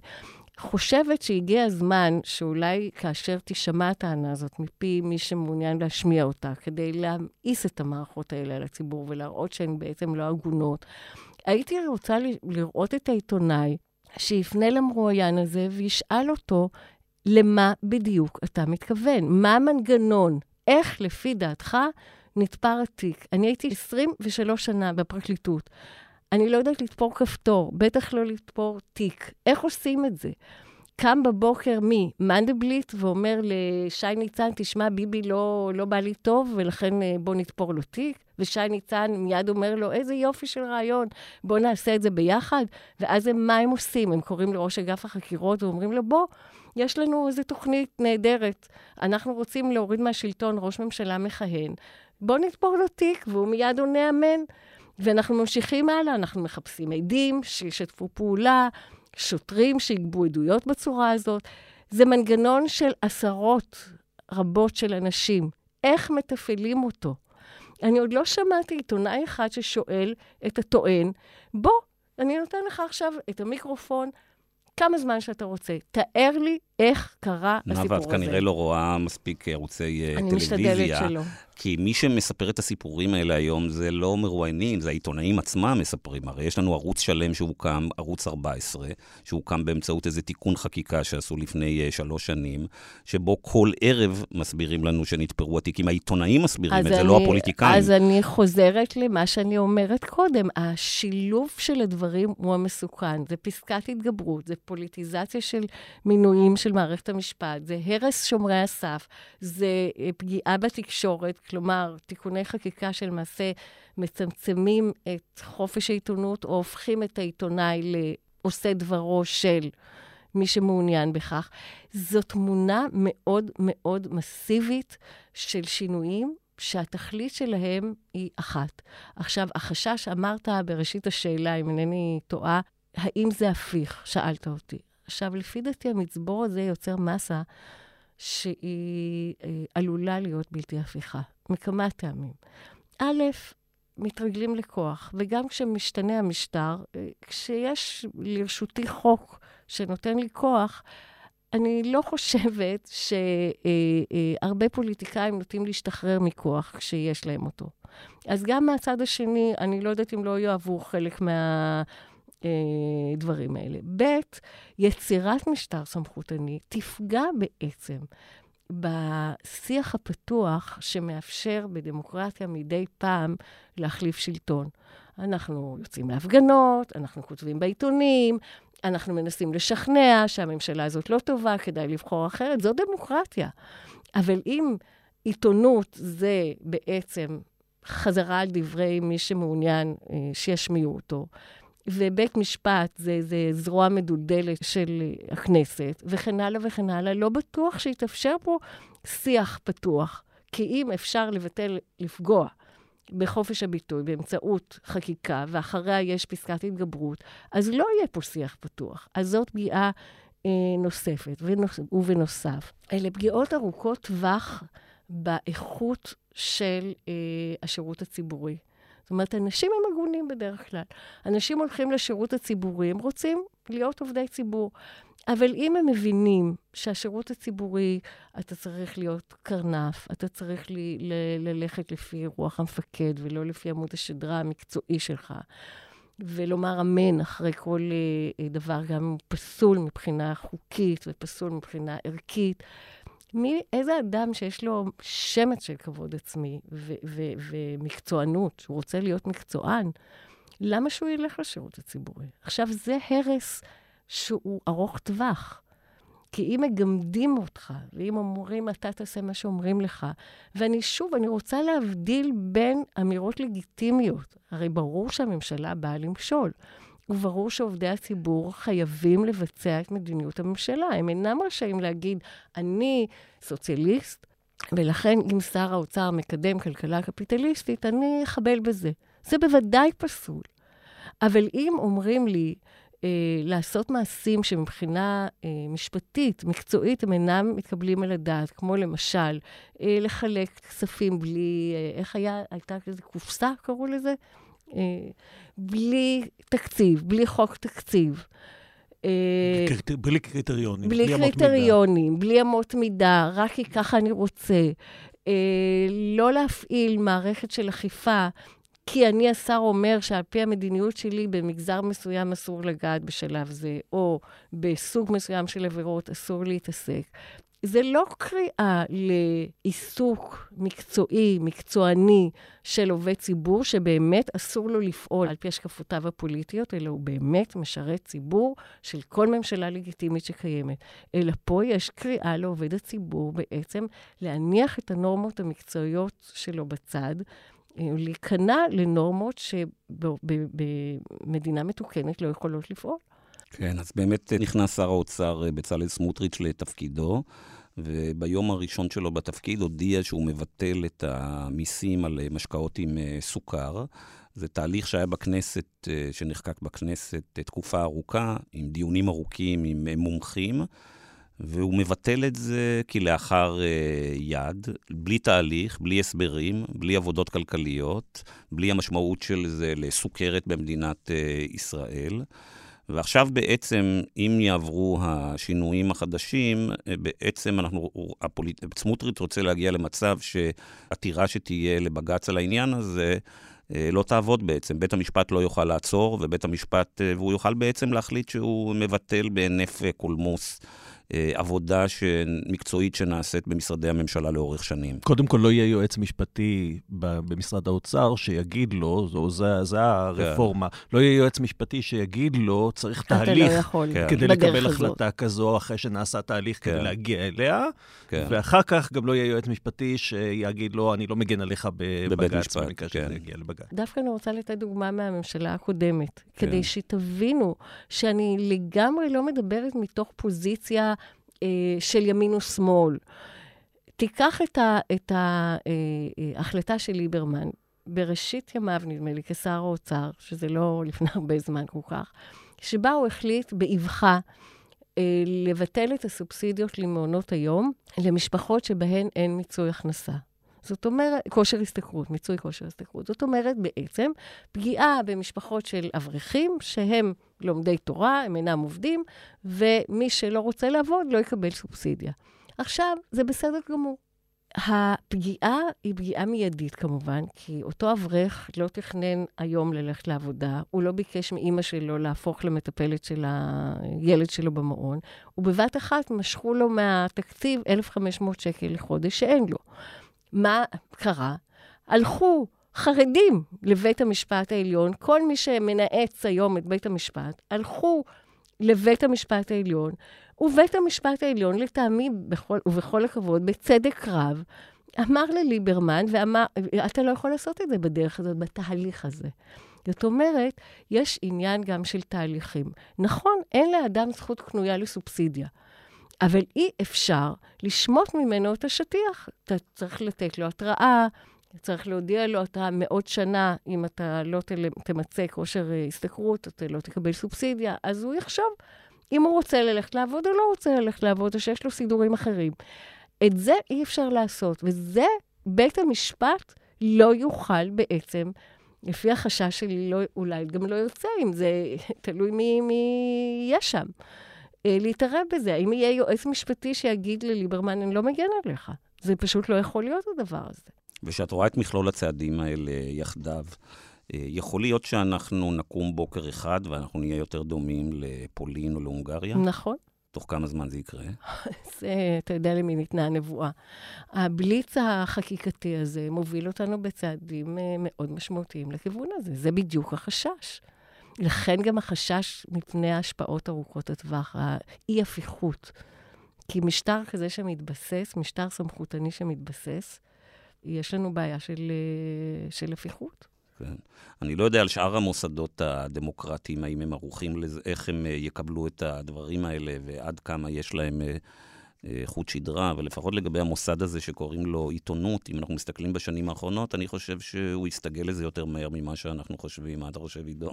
חושבת שהגיע הזמן שאולי כאשר תשמע הטענה הזאת מפי מי שמעוניין להשמיע אותה, כדי להמאיס את המערכות האלה על הציבור ולהראות שהן בעצם לא הגונות, הייתי רוצה לראות את העיתונאי, שיפנה למרואיין הזה וישאל אותו למה בדיוק אתה מתכוון. מה המנגנון? איך לפי דעתך נתפר התיק? אני הייתי עשרים ושלוש שנה בפרקליטות. אני לא יודעת לתפור כפתור, בטח לא לתפור תיק. איך עושים את זה? קם בבוקר מי? מנדלבליט ואומר לשי ניצן, תשמע, ביבי לא, לא בא לי טוב, ולכן בוא נתפור לו תיק. ושי ניצן מיד אומר לו, איזה יופי של רעיון, בוא נעשה את זה ביחד. ואז הם, מה הם עושים? הם קוראים לראש אגף החקירות ואומרים לו, בוא, יש לנו איזו תוכנית נהדרת. אנחנו רוצים להוריד מהשלטון ראש ממשלה מכהן. בוא נתפור לו תיק, והוא מיד עונה אמן. ואנחנו ממשיכים הלאה, אנחנו מחפשים עדים שישתפו פעולה, שוטרים שיגבו עדויות בצורה הזאת. זה מנגנון של עשרות רבות של אנשים. איך מתפעלים אותו? אני עוד לא שמעתי עיתונאי אחד ששואל את הטוען, בוא, אני נותן לך עכשיו את המיקרופון, כמה זמן שאתה רוצה. תאר לי איך קרה הסיפור הזה. נאוה, את כנראה לא רואה מספיק ערוצי טלוויזיה. אני משתדלת שלא. כי מי שמספר את הסיפורים האלה היום זה לא מרואיינים, זה העיתונאים עצמם מספרים. הרי יש לנו ערוץ שלם שהוקם, ערוץ ארבע עשרה, שהוקם באמצעות איזה תיקון חקיקה שעשו לפני שלוש שנים, שבו כל ערב מסבירים לנו שנתפרו התיקים. העיתונאים מסבירים את זה, אני, לא הפוליטיקאים. אז אני חוזרת למה שאני אומרת קודם. השילוב של הדברים הוא המסוכן. זה פסקת התגברות, זה פוליטיזציה של מינויים של מערכת המשפט, זה הרס שומרי הסף, זה פגיעה בתקשורת, כלומר, תיקוני חקיקה של מעשה מצמצמים את חופש העיתונות, או הופכים את העיתונאי לעושה דברו של מי שמעוניין בכך. זו תמונה מאוד מאוד מסיבית של שינויים, שהתכלית שלהם היא אחת. עכשיו, החשש, אמרת בראשית השאלה, אם אינני טועה, האם זה הפיך? שאלת אותי. עכשיו, לפי דעתי, המצבור הזה יוצר מסה שהיא אה, עלולה להיות בלתי הפיכה, מכמה טעמים. א', מתרגלים לכוח, וגם כשמשתנה המשטר, אה, כשיש לרשותי חוק שנותן לי כוח, אני לא חושבת שהרבה פוליטיקאים נוטים להשתחרר מכוח כשיש להם אותו. אז גם מהצד השני, אני לא יודעת אם לא יאהבו חלק מהדברים האלה. ב', יצירת משטר סמכותני תפגע בעצם בשיח הפתוח שמאפשר בדמוקרטיה מדי פעם להחליף שלטון. אנחנו יוצאים להפגנות, אנחנו כותבים בעיתונים, אנחנו מנסים לשכנע שהממשלה הזאת לא טובה, כדאי לבחור אחרת, זו דמוקרטיה. אבל אם עיתונות זה בעצם חזרה על דברי מי שמעוניין שישמיעו אותו, ובית משפט זה, זה זרוע מדולדלת של הכנסת, וכן הלאה וכן הלאה, לא בטוח שיתאפשר פה שיח פתוח, כי אם אפשר לבטל, לפגוע, בחופש הביטוי, באמצעות חקיקה, ואחריה יש פסקת התגברות, אז לא יהיה פה שיח פתוח. אז זאת פגיעה אה, נוספת, ונוס, ובנוסף. אלה פגיעות ארוכות טווח באיכות של אה, השירות הציבורי. זאת אומרת, אנשים הם הגונים בדרך כלל. אנשים הולכים לשירות הציבורי, הם רוצים להיות עובדי ציבור. אבל אם הם מבינים שהשירות הציבורי, אתה צריך להיות קרנף, אתה צריך ל- ל- ללכת לפי רוח המפקד, ולא לפי עמוד השדרה המקצועי שלך, ולומר אמן אחרי כל uh, דבר, גם פסול מבחינה חוקית, ופסול מבחינה ערכית. מי, איזה אדם שיש לו שמץ של כבוד עצמי, ו- ו- ומקצוענות, שהוא רוצה להיות מקצוען, למה שהוא ילך לשירות הציבורי? עכשיו, זה הרס שהוא ארוך טווח. כי אם מגמדים אותך, ואם אומרים, אתה תעשה מה שאומרים לך, ואני שוב, אני רוצה להבדיל בין אמירות לגיטימיות. הרי ברור שהממשלה באה למשול, וברור שעובדי הציבור חייבים לבצע את מדיניות הממשלה. הם אינם רשאים להגיד, אני סוציאליסט, ולכן אם שר האוצר מקדם כלכלה קפיטליסטית, אני אחבל בזה. זה בוודאי פסול. אבל אם אומרים לי, לעשות מעשים שמבחינה משפטית, מקצועית, הם אינם מתקבלים על הדעת, כמו למשל, לחלק כספים בלי, איך היה, הייתה כזה קופסה, קראו לזה? בלי תקציב, בלי חוק תקציב. בלי קריטריונים. בלי קריטריונים, בלי אמות מידה, רק כי ככה אני רוצה. לא להפעיל מערכת של אכיפה, כי אני השר אומר שעל פי המדיניות שלי במגזר מסוים אסור לגעת בשלב זה, או בסוג מסוים של עבירות אסור להתעסק. זה לא קריאה לעיסוק מקצועי, מקצועני של עובד ציבור, שבאמת אסור לו לפעול על פי השקפותיו הפוליטיות, אלא הוא באמת משרת ציבור של כל ממשלה לגיטימית שקיימת. אלא פה יש קריאה לעובד הציבור בעצם להניח את הנורמות המקצועיות שלו בצד, להיכנע לנורמות שבמדינה מתוקנת לא יכולות לפעול. כן, אז באמת נכנס שר האוצר בצלאל סמוטריץ' לתפקידו, וביום הראשון שלו בתפקיד הודיע שהוא מבטל את המיסים על משקאות עם סוכר. זה תהליך שהיה בכנסת, שנחקק בכנסת תקופה ארוכה, עם דיונים ארוכים, עם מומחים, והוא מבטל את זה כלאחר יד, בלי תהליך, בלי הסברים, בלי עבודות כלכליות, בלי המשמעות של זה לסוכרת במדינת ישראל. ועכשיו בעצם, אם יעברו השינויים החדשים, בעצם אנחנו, הפוליט... סמוטריץ' רוצה להגיע למצב שעתירה שתהיה לבג"ץ על העניין הזה, לא תעבוד בעצם. בית המשפט לא יוכל לעצור, ובית המשפט, והוא יוכל בעצם להחליט שהוא מבטל בהינף קולמוס עבודה מקצועית שנעשית במשרדי הממשלה לאורך שנים. קודם כל לא יהיה יועץ משפטי במשרד האוצר שיגיד לו, זה, זה הרפורמה, לא יהיה יועץ משפטי שיגיד לו, צריך תהליך כדי לקבל החלטה כזו, אחרי שנעשה תהליך כדי להגיע אליה, ואחר כך גם לא יהיה יועץ משפטי שיגיד לו, אני לא מגן עליך בבג"ץ, במקרה שזה יגיע לבג"ץ. דווקא אני רוצה לתת דוגמה מהממשלה הקודמת, כדי שתבינו שאני לגמרי לא מדברת מתוך פוזיציה אה, של ימין ושמאל. תיקח את, ה, את ההחלטה של ליברמן, בראשית ימיו, נדמה לי, כשר האוצר, שזה לא לפני הרבה זמן כל כך, שבה הוא החליט באבחה אה, לבטל את הסובסידיות למעונות היום, למשפחות שבהן אין מיצוי הכנסה. זאת אומרת, כושר הסתכרות, מיצוי כושר הסתכרות. זאת אומרת, בעצם, פגיעה במשפחות של אברכים, שהם לומדי תורה, הם אינם עובדים, ומי שלא רוצה לעבוד לא יקבל סובסידיה. עכשיו, זה בסדר גמור. הפגיעה היא פגיעה מיידית כמובן, כי אותו אברך לא תכנן היום ללכת לעבודה, הוא לא ביקש מאמא שלו להפוך למטפלת של הילד שלו במעון, ובבת אחת משכו לו מהתקציב אלף וחמש מאות שקל לחודש שאין לו. מה קרה? הלכו חרדים לבית המשפט העליון, כל מי שמנעץ היום את בית המשפט, הלכו לבית המשפט העליון, ובית המשפט העליון, לטעמי בכל, ובכל הכבוד, בצדק רב, אמר לליברמן, ואמר, אתה לא יכול לעשות את זה בדרך הזאת, בתהליך הזה. זאת אומרת, יש עניין גם של תהליכים. נכון, אין לאדם זכות קנויה לסובסידיה, אבל אי אפשר לשמוט ממנו את השטיח. אתה צריך לתת לו התראה, צריך להודיע לו התראה מאות שנה, אם אתה לא תמצא כושר הסתכרות, אתה לא תקבל סובסידיה, אז הוא יחשוב אם הוא רוצה ללכת לעבוד או לא רוצה ללכת לעבוד, או שיש לו סידורים אחרים. את זה אי אפשר לעשות, וזה בית המשפט לא יוכל בעצם, לפי החשש שלי, לא, אולי גם לא יוצא, אם זה תלוי מי, מי יש שם. להתערב בזה. אם יהיה יועץ משפטי שיגיד לליברמן, אני לא מגן עליך. זה פשוט לא יכול להיות הדבר הזה. ושאת רואה את מכלול הצעדים האלה יחדיו, יכול להיות שאנחנו נקום בוקר אחד, ואנחנו נהיה יותר דומים לפולין או להונגריה? נכון. תוך כמה זמן זה יקרה? זה, אתה יודע למי ניתנה הנבואה. הבליץ החקיקתי הזה מוביל אותנו בצעדים מאוד משמעותיים לכיוון הזה. זה בדיוק החשש. לכן גם החשש מפני ההשפעות ארוכות הטווח, האי-הפיכות. כי משטר כזה שמתבסס, משטר סמכותני שמתבסס, יש לנו בעיה של, של הפיכות. כן. אני לא יודע על שאר המוסדות הדמוקרטיים, האם הם ערוכים לזה, איך הם יקבלו את הדברים האלה, ועד כמה יש להם חוט שדרה, אבל לפחות לגבי המוסד הזה שקוראים לו עיתונות, אם אנחנו מסתכלים בשנים האחרונות, אני חושב שהוא יסתגל לזה יותר מהר ממה שאנחנו חושבים. מה אתה חושב, עידו?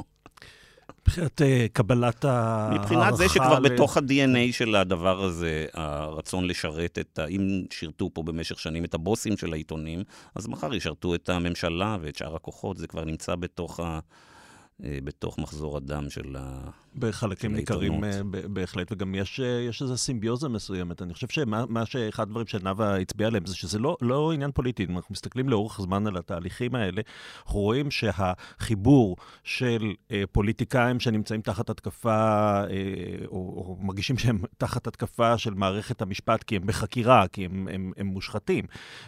מבחינת קבלת הערכה... מבחינת זה שכבר בתוך ה-די אן איי של הדבר הזה, הרצון לשרת את ה... אם שירתו פה במשך שנים את הבוסים של העיתונים, אז מחר ישרתו את הממשלה ואת שאר הכוחות, זה כבר נמצא בתוך ה... בתוך מחזור הדם של העיתונות. בחלקים ניכרים בהחלט, וגם יש, יש איזו סימביוזה מסוימת. אני חושב שמה שאחד הדברים שנאווה הצביע עליהם, זה שזה לא, לא עניין פוליטי. אם אנחנו מסתכלים לאורך זמן על התהליכים האלה, אנחנו רואים שהחיבור של פוליטיקאים שנמצאים תחת התקפה, או, או מרגישים שהם תחת התקפה של מערכת המשפט, כי הם בחקירה, כי הם, הם, הם מושחתים,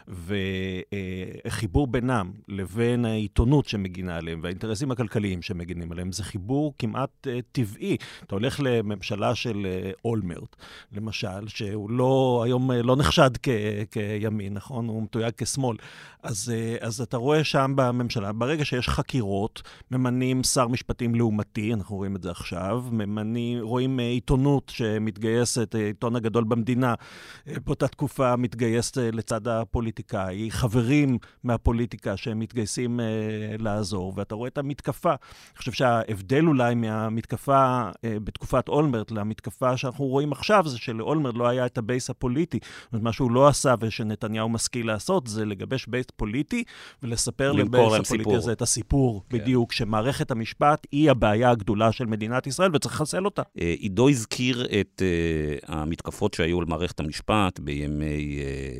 וחיבור בינם לבין העיתונות שמגינה עליהם, והאינטרסים הכלכליים שמגינים עליהם, זה חיבור כמעט טבעי. אתה הולך לממשלה של אולמרט, למשל, שהוא לא, היום לא נחשד כ, כימין, נכון? הוא מתויג כשמאל. אז, אז אתה רואה שם בממשלה, ברגע שיש חקירות, ממנים שר משפטים לעומתי, אנחנו רואים את זה עכשיו, ממנים, רואים עיתונות שמתגייסת, עיתון הגדול במדינה, באותה תקופה מתגייסת לצד הפוליטיקאי, חברים מהפוליטיקה שהם מתגייסים לעזור, ואתה רואה את המתקפה. אני חושב שההבדל אולי מהמתקפה בתקופת אולמרט למתקפה שאנחנו רואים עכשיו, זה שלאולמרט לא היה את הבייס הפוליטי. זאת אומרת, מה שהוא לא עשה ושנתניהו משכיל לעשות, זה לגבש בייס פוליטי, ולספר לבייס הפוליטי הזה את הסיפור, כן. בדיוק, שמערכת המשפט היא הבעיה הגדולה של מדינת ישראל, וצריך לחסל אותה. עידו הזכיר את uh, המתקפות שהיו על מערכת המשפט בימי... Uh...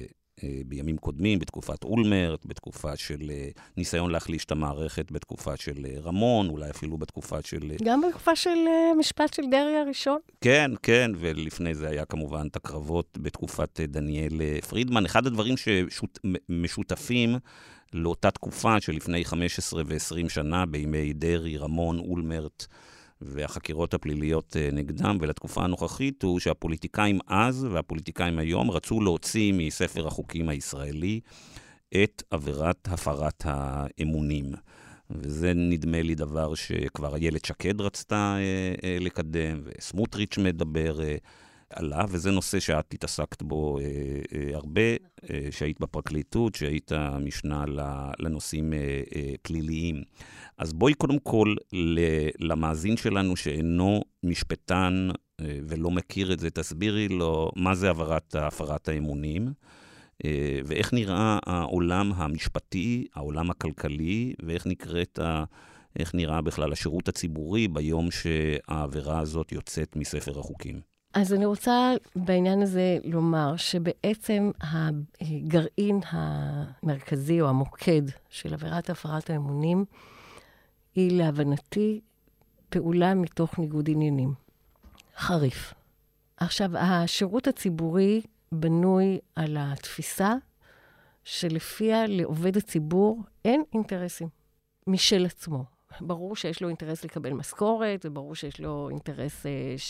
בימים קודמים, בתקופת אולמרט, בתקופה של ניסיון להחליש את המערכת, בתקופה של רמון, אולי אפילו בתקופה של... גם בתקופה של משפט של דרעי הראשון. כן, כן, ולפני זה היה כמובן את הקרבות בתקופת דניאל פרידמן. אחד הדברים שמשותפים לאותה תקופה שלפני חמש עשרה ועשרים שנה, בימי דרעי, רמון, אולמרט, והחקירות הפליליות נגדם, ולתקופה הנוכחית הוא שהפוליטיקאים אז והפוליטיקאים היום רצו להוציא מספר החוקים הישראלי את עבירת הפרת האמונים. וזה נדמה לי דבר שכבר איילת שקד רצתה לקדם, וסמוטריץ' מדבר עליו, וזה נושא שאת התעסקת בו הרבה, שהיית בפרקליטות, שהיית משנה לנושאים פליליים. אז בואי קודם כל למאזין שלנו שאינו משפטן ולא מכיר את זה, תסבירי לו מה זה עבירת הפרת האמונים, ואיך נראה העולם המשפטי, העולם הכלכלי, ואיך נקראת, איך נראה בכלל השירות הציבורי ביום שהעבירה הזאת יוצאת מספר החוקים. אז אני רוצה בעניין הזה לומר שבעצם הגרעין המרכזי או המוקד של עבירת הפרת האמונים היא להבנתי פעולה מתוך ניגוד עניינים. חריף. עכשיו, השירות הציבורי בנוי על התפיסה שלפיה לעובד הציבור אין אינטרסים משל עצמו. ברור שיש לו אינטרס לקבל משכורת, וברור שיש לו אינטרס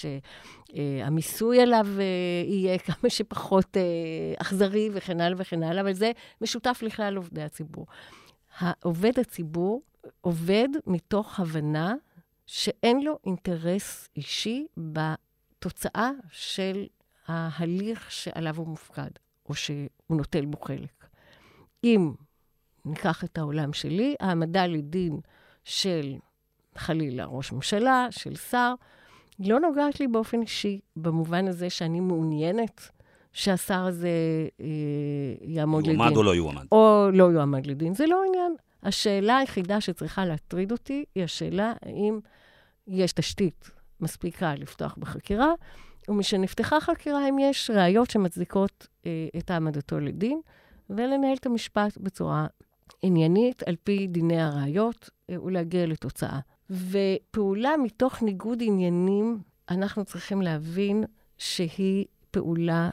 שהמיסוי עליו יהיה כמה שפחות אכזרי וכן הלאה וכן הלאה, אבל זה משותף לכלל עובדי הציבור. העובד הציבור עובד מתוך הבנה שאין לו אינטרס אישי בתוצאה של ההליך שעליו הוא מופקד, או שהוא נוטל בו חלק. אם ניקח את העולם שלי, העמדה לדין של חלילה ראש ממשלה, של שר, לא נוגעת לי באופן אישי, במובן הזה שאני מעוניינת שהשר הזה אה, יעמוד לדין. יועמד או לא יועמד. או לא יועמד לדין. זה לא עניין. השאלה היחידה שצריכה להטריד אותי, היא השאלה האם יש תשתית מספיקה לפתוח בחקירה, ומשנפתחה חקירה, אם יש ראיות שמצדיקות אה, את העמדתו לדין, ולנהל את המשפט בצורה עניינית, על פי דיני הראיות, אה, ולהגיע לתוצאה. ופעולה מתוך ניגוד עניינים, אנחנו צריכים להבין שהיא פעולה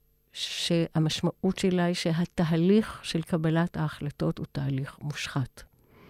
שהמשמעות שלה היא שהתהליך של קבלת ההחלטות הוא תהליך מושחת.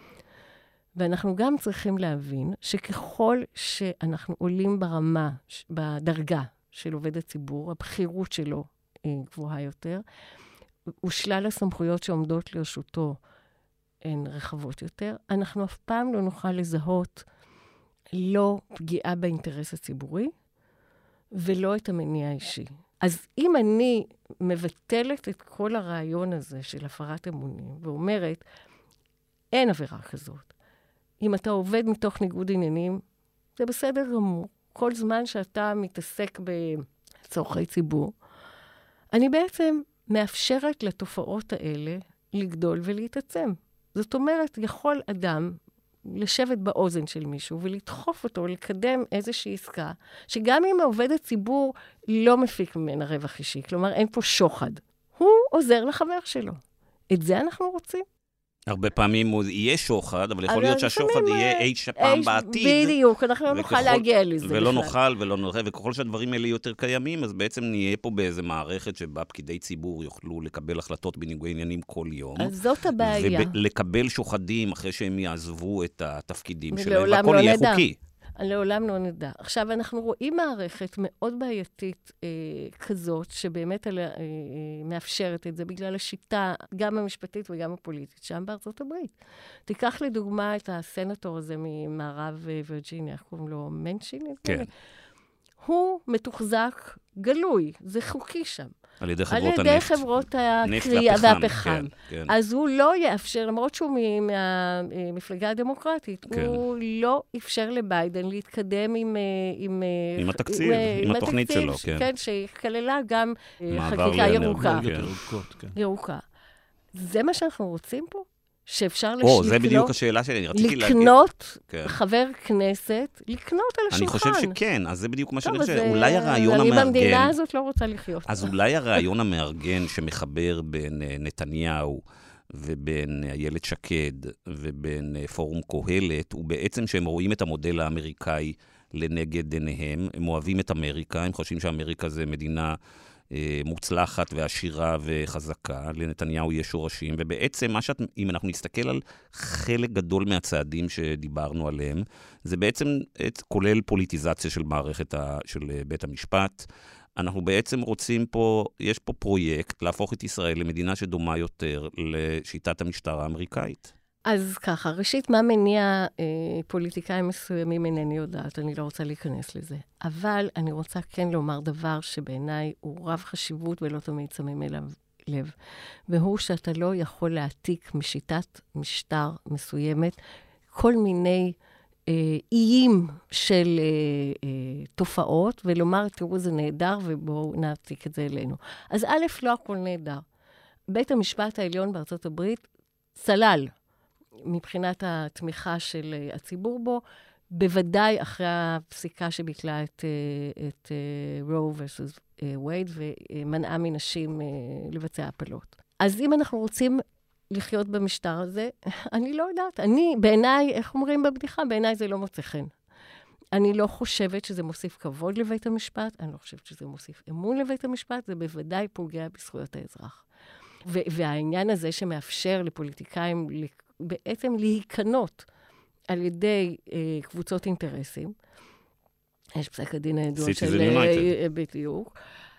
ואנחנו גם צריכים להבין שככל שאנחנו עולים ברמה, בדרגה של עובד הציבור, הבחירות שלו היא גבוהה יותר, ושלל הסמכויות שעומדות לרשותו הן רחבות יותר, אנחנו אף פעם לא נוכל לזהות לא פגיעה באינטרס הציבורי, ולא את המניע האישי. אז אם אני מבטלת את כל הרעיון הזה של הפרת אמונים, ואומרת, אין עבירה כזאת. אם אתה עובד מתוך ניגוד עניינים, זה בסדר גמור. כל זמן שאתה מתעסק בצורכי ציבור, אני בעצם מאפשרת לתופעות האלה לגדול ולהתעצם. זאת אומרת, יכול אדם לשבת באוזן של מישהו ולדחוף אותו, לקדם איזושהי עסקה, שגם אם העובד הציבור לא מפיק ממנה רווח אישי, כלומר אין פה שוחד, הוא עוזר לחבר שלו. את זה אנחנו רוצים. הרבה פעמים הוא יהיה שוחד, אבל יכול להיות שהשוחד יהיה אי שפעם בעתיד. בדיוק, אנחנו לא נוכל להגיע לזה. ולא נוכל ולא נוכל, וככל שהדברים האלה יותר קיימים, אז בעצם נהיה פה באיזה מערכת שבה פקידי ציבור יוכלו לקבל החלטות בניגודי עניינים כל יום. אז זאת הבעיה. ולקבל שוחדים אחרי שהם יעזבו את התפקידים שלהם, והכל יהיה חוקי. לעולם לא נדע. עכשיו, אנחנו רואים מערכת מאוד בעייתית אה, כזאת, שבאמת על, אה, מאפשרת את זה, בגלל השיטה, גם המשפטית וגם הפוליטית, שם בארצות הברית. תיקח לדוגמה את הסנטור הזה ממערב וירג'יניה, איך קוראים לו? מנצ'ין? כן. הוא מתוחזק גלוי, זה חוקי שם. על ידי חברות הנפט. על ידי חברות הקריאה והפחם. כן, כן. אז הוא לא יאפשר, למרות שהוא מהמפלגה הדמוקרטית, כן. הוא לא אפשר לביידן להתקדם עם... עם, עם התקציב, עם, עם התוכנית התקציב, שלו, כן. כן, שכללה גם חקיקה ירוקה. כן. ירוקה. זה מה שאנחנו רוצים פה? שאפשר לקנות... או, זה בדיוק השאלה שלי, רציתי להגיד... לקנות חבר כנסת, לקנות על השולחן. אני חושב שכן, אז זה בדיוק מה שאני חושב, אולי הרעיון המארגן... אני במדינה הזאת לא רוצה לחיות. אז אולי הרעיון המארגן שמחבר בין נתניהו ובין איילת שקד ובין פורום קהלת, הוא בעצם שהם רואים את המודל האמריקאי לנגד עיניהם, הם אוהבים את אמריקה, הם חושבים שאמריקה זה מדינה אה, מוצלחת ועשירה וחזקה, לנתניהו יש שורשים, ובעצם מה שאת, אם אנחנו נסתכל על חלק גדול מהצעדים שדיברנו עליהם, זה בעצם את, כולל פוליטיזציה של מערכת ה, של בית המשפט, אנחנו בעצם רוצים פה, יש פה פרויקט להפוך את ישראל למדינה שדומה יותר לשיטת המשטר האמריקאית. אז ככה, ראשית, מה מניע אה, פוליטיקאים מסוימים אינני יודעת, אני לא רוצה להיכנס לזה. אבל אני רוצה כן לומר דבר שבעיניי הוא רב חשיבות ולא תמיד שמים אליו לב. והוא שאתה לא יכול להעתיק משיטת משטר מסוימת כל מיני אה, איים של אה, אה, תופעות, ולומר, תראו, זה נהדר ובואו נעתיק את זה אלינו. אז א', לא הכל נהדר. בית המשפט העליון בארצות הברית צלל. מבחינת התמיכה של הציבור בו, בוודאי אחרי הפסיקה שביטלה את, את רו versus וייד, ומנעה מנשים לבצע הפלות. אז אם אנחנו רוצים לחיות במשטר הזה, אני לא יודעת. אני, בעיניי, איך אומרים בבדיחה? בעיניי זה לא מוצא חן. אני לא חושבת שזה מוסיף כבוד לבית המשפט, אני לא חושבת שזה מוסיף אמון לבית המשפט, זה בוודאי פוגע בזכויות האזרח. ו- והעניין הזה שמאפשר לפוליטיקאים בעצם להיכנות על ידי אה, קבוצות אינטרסים. יש פסק הדין הידוע של... אה, בדיוק.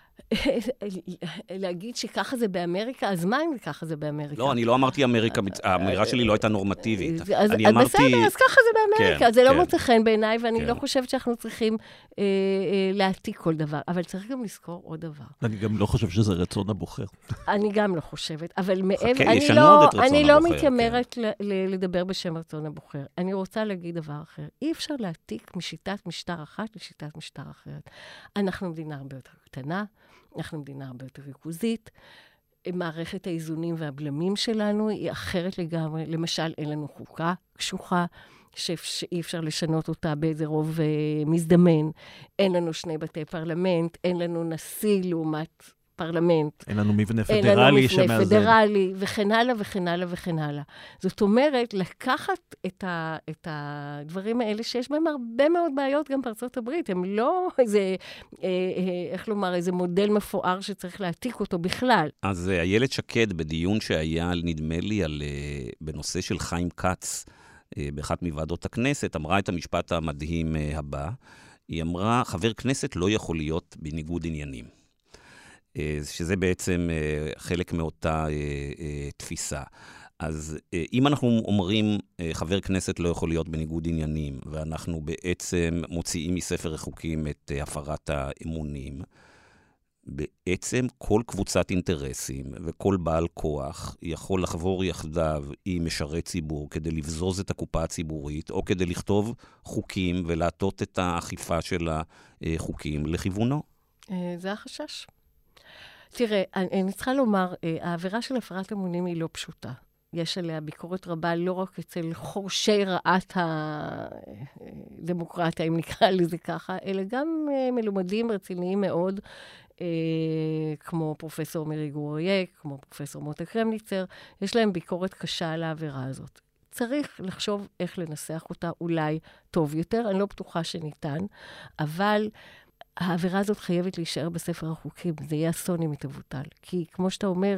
להגיד שככה זה באמריקה, אז מה אם ככה זה באמריקה? לא, אני לא אמרתי אמריקה, האמירה שלי לא הייתה נורמטיבית. אני אמרתי... בסדר, אז ככה זה באמריקה, זה לא מוצא חן בעיניי, ואני לא חושבת שאנחנו צריכים להעתיק כל דבר, אבל צריך גם לזכור עוד דבר. אני גם לא חושב שזה רצון הבוחר. אני גם לא חושבת, אבל מעבר... אני לא מתיימרת לדבר בשם רצון הבוחר. אני רוצה להגיד דבר אחר. אי אפשר להעתיק משיטת משטר אחת לשיטת משטר אחרת. אנחנו מדינה הרבה יותר קטנה, אנחנו מדינה הרבה יותר ריכוזית, מערכת האיזונים והבלמים שלנו היא אחרת לגמרי. למשל, אין לנו חוקה קשוחה, שאי אפשר לשנות אותה באיזה רוב אה, מזדמן. אין לנו שני בתי פרלמנט, אין לנו נשיא לעומת פרלמנט. אין לנו מבנה פדרלי שמאזן. אין לנו מבנה פדרלי, וכן הלאה וכן הלאה וכן הלאה. זאת אומרת, לקחת את, ה, את הדברים האלה שיש בהם הרבה מאוד בעיות גם בארצות הברית. הם לא איזה, אה, אה, איך לומר, איזה מודל מפואר שצריך להעתיק אותו בכלל. אז איילת שקד, בדיון שהיה, נדמה לי, על, בנושא של חיים כץ, באחת מוועדות הכנסת, אמרה את המשפט המדהים הבא. היא אמרה, חבר כנסת לא יכול להיות בניגוד עניינים. שזה בעצם חלק מאותה תפיסה. אז אם אנחנו אומרים, חבר כנסת לא יכול להיות בניגוד עניינים, ואנחנו בעצם מוציאים מספר החוקים את הפרת האמונים, בעצם כל קבוצת אינטרסים וכל בעל כוח יכול לחבור יחדיו עם משרת ציבור כדי לבזוז את הקופה הציבורית, או כדי לכתוב חוקים ולעטות את האכיפה של החוקים לכיוונו. זה החשש. תראה, אני צריכה לומר, העבירה של הפרת אמונים היא לא פשוטה. יש עליה ביקורת רבה לא רק אצל חורשי רעת הדמוקרטיה, אם נקרא לזה ככה, אלא גם מלומדים רציניים מאוד, כמו פרופסור מירי גוריה, כמו פרופסור מוטה קרמניצר, יש להם ביקורת קשה על העבירה הזאת. צריך לחשוב איך לנסח אותה אולי טוב יותר, אני לא בטוחה שניתן, אבל העבירה הזאת חייבת להישאר בספר החוקים, זה יהיה אסון אם היא תבוטל. כי כמו שאתה אומר,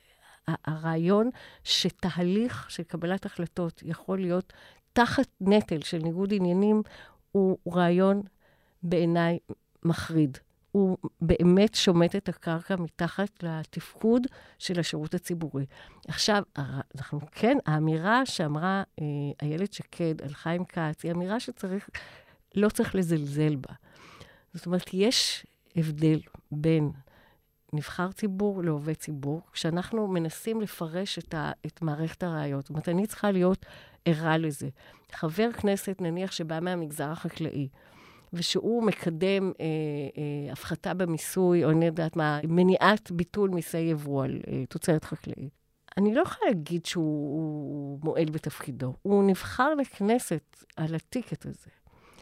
הרעיון שתהליך של קבלת החלטות יכול להיות תחת נטל של ניגוד עניינים, הוא רעיון בעיניי מחריד. הוא באמת שומט את הקרקע מתחת לתפקוד של השירות הציבורי. עכשיו, אנחנו כן, האמירה שאמרה אה, איילת שקד על חיים כץ, היא אמירה שצריך, לא צריך לזלזל בה. זאת אומרת, יש הבדל בין נבחר ציבור לעובד ציבור, כשאנחנו מנסים לפרש את, ה, את מערכת הראיות. זאת אומרת, אני צריכה להיות ערה לזה. חבר כנסת, נניח, שבא מהמגזר החקלאי, ושהוא מקדם אה, אה, הפחתה במיסוי, או אני יודעת מה, מניעת ביטול מיסי יבוא על אה, תוצרת חקלאית. אני לא יכולה להגיד שהוא מועל בתפקידו. הוא נבחר לכנסת על הטיקט הזה.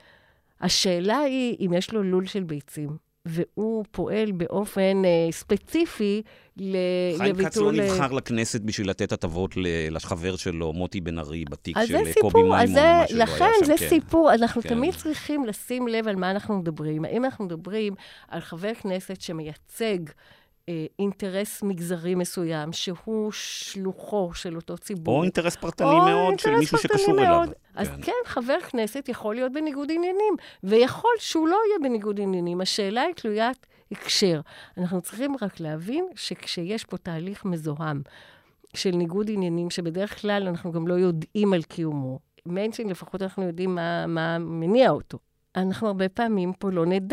השאלה היא אם יש לו לול של ביצים, והוא פועל באופן אה, ספציפי לביטול... חיים כץ לא נבחר לכנסת בשביל לתת הטבות לחבר שלו, מוטי בן ארי, בתיק של קובי סיפור, מימון, או מה שלא היה שם. לכן זה כן. סיפור, אנחנו כן. תמיד צריכים לשים לב על מה אנחנו מדברים. האם אנחנו מדברים על חבר כנסת שמייצג אה, אינטרס מגזרי מסוים, שהוא שלוחו של אותו ציבור. או אינטרס פרטני או מאוד אינטרס של מישהו שקשור מאוד. אליו. אז כן. כן, חבר כנסת יכול להיות בניגוד עניינים, ויכול שהוא לא יהיה בניגוד עניינים. השאלה היא תלוית הקשר. אנחנו צריכים רק להבין שכשיש פה תהליך מזוהם של ניגוד עניינים, שבדרך כלל אנחנו גם לא יודעים על קיומו, מנשין לפחות אנחנו יודעים מה, מה מניע אותו. אנחנו הרבה פעמים פה לא נדע.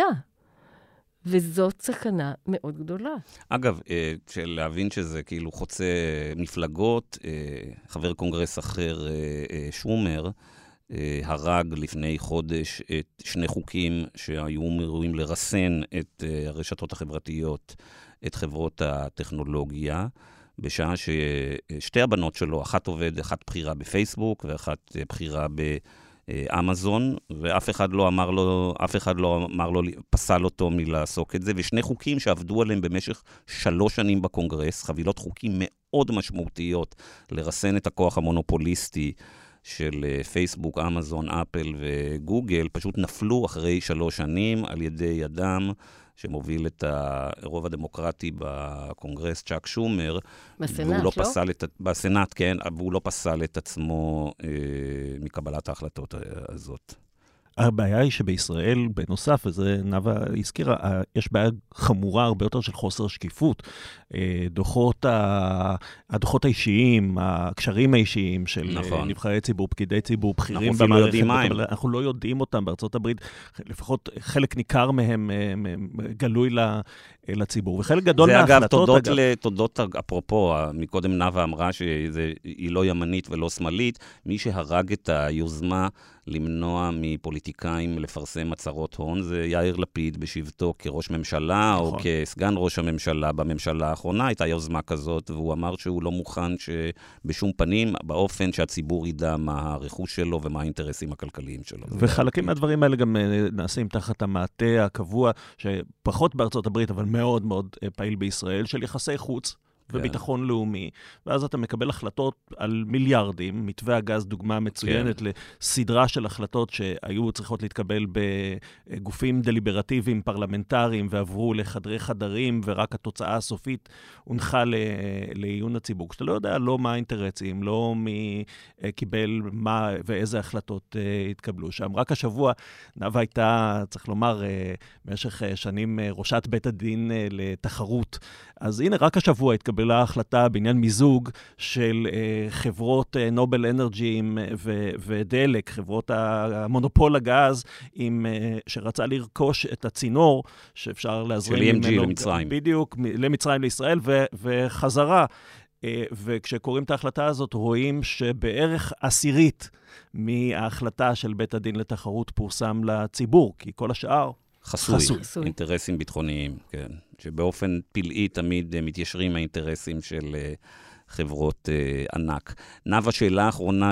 וזאת סכנה מאוד גדולה. אגב, של להבין שזה כאילו חוצה מפלגות, חבר קונגרס אחר, שומר, הרג לפני חודש את שני חוקים שהיו אמורים לרסן את הרשתות החברתיות, את חברות הטכנולוגיה, בשעה ששתי הבנות שלו, אחת עובד, אחת בחירה בפייסבוק, ואחת בחירה באמזון, ואף אחד לא אמר לו, אף אחד לא אמר לו, פסל אותו מלעסוק את זה, ושני חוקים שעבדו עליהם במשך שלוש שנים בקונגרס, חבילות חוקים מאוד משמעותיות לרסן את הכוח המונופוליסטי של פייסבוק, אמזון, אפל וגוגל, פשוט נפלו אחרי שלוש שנים על ידי אדם שמוביל את הרוב הדמוקרטי בקונגרס, צ'אק שומר. בסנאט, לא? לא? את, בסנאט, כן, והוא לא פסל את עצמו אה, מקבלת ההחלטות הזאת. הבעיה היא שבישראל, בנוסף, וזה נאווה הזכירה, יש בעיה חמורה הרבה יותר של חוסר שקיפות. דוחות, הדוחות האישיים, הקשרים האישיים של נכון. נבחרי ציבור, פקידי ציבור, בכירים במערכת, אנחנו לא יודעים אותם בארצות הברית, לפחות חלק ניכר מהם גלוי לציבור, וחלק גדול זה מההחלטות... אגב, תודות, אגב... לתודות, אפרופו, מקודם נאווה אמרה שהיא לא ימנית ולא שמאלית, מי שהרג את היוזמה למנוע מפוליטיקאים לפרסם הצהרות הון, זה יאיר לפיד בשבתו כראש ממשלה, נכון. או כסגן ראש הממשלה בממשלה האחרונה, הייתה יוזמה כזאת, והוא אמר שהוא לא מוכן שבשום פנים, באופן שהציבור ידע מה הרכוש שלו ומה האינטרסים הכלכליים שלו. וחלקים מהדברים האלה גם נעשים תחת המעטה הקבוע, שפחות בארצות הברית, אבל מאוד מאוד פעיל בישראל, של יחסי חוץ. וביטחון לאומי, ואז אתה מקבל החלטות על מיליארדים, מתווה הגז דוגמה מצוינת כן. לסדרה של החלטות שהיו צריכות להתקבל בגופים דליברטיביים פרלמנטריים, ועברו לחדרי חדרים, ורק התוצאה הסופית הונחה לעיון הציבור. כשאתה לא יודע לא מה האינטרסים, לא מי קיבל מה ואיזה החלטות התקבלו שם. רק השבוע נאווה הייתה, צריך לומר, במשך שנים ראשת בית הדין לתחרות. אז הנה, רק השבוע התקבלה החלטה בעניין מיזוג של uh, חברות uh, נובל אנרג'י ו- ודלק, חברות המונופול הגז, עם, uh, שרצה לרכוש את הצינור שאפשר להזרים של E M G למצרים. בדיוק, למצרים לישראל ו- וחזרה. Uh, וכשקוראים את ההחלטה הזאת, רואים שבערך עשירית מההחלטה של בית הדין לתחרות פורסם לציבור, כי כל השאר... חסוי, חסוי, אינטרסים ביטחוניים, כן. שבאופן פלאי תמיד מתיישרים האינטרסים של חברות ענק. נאווה, שאלה אחרונה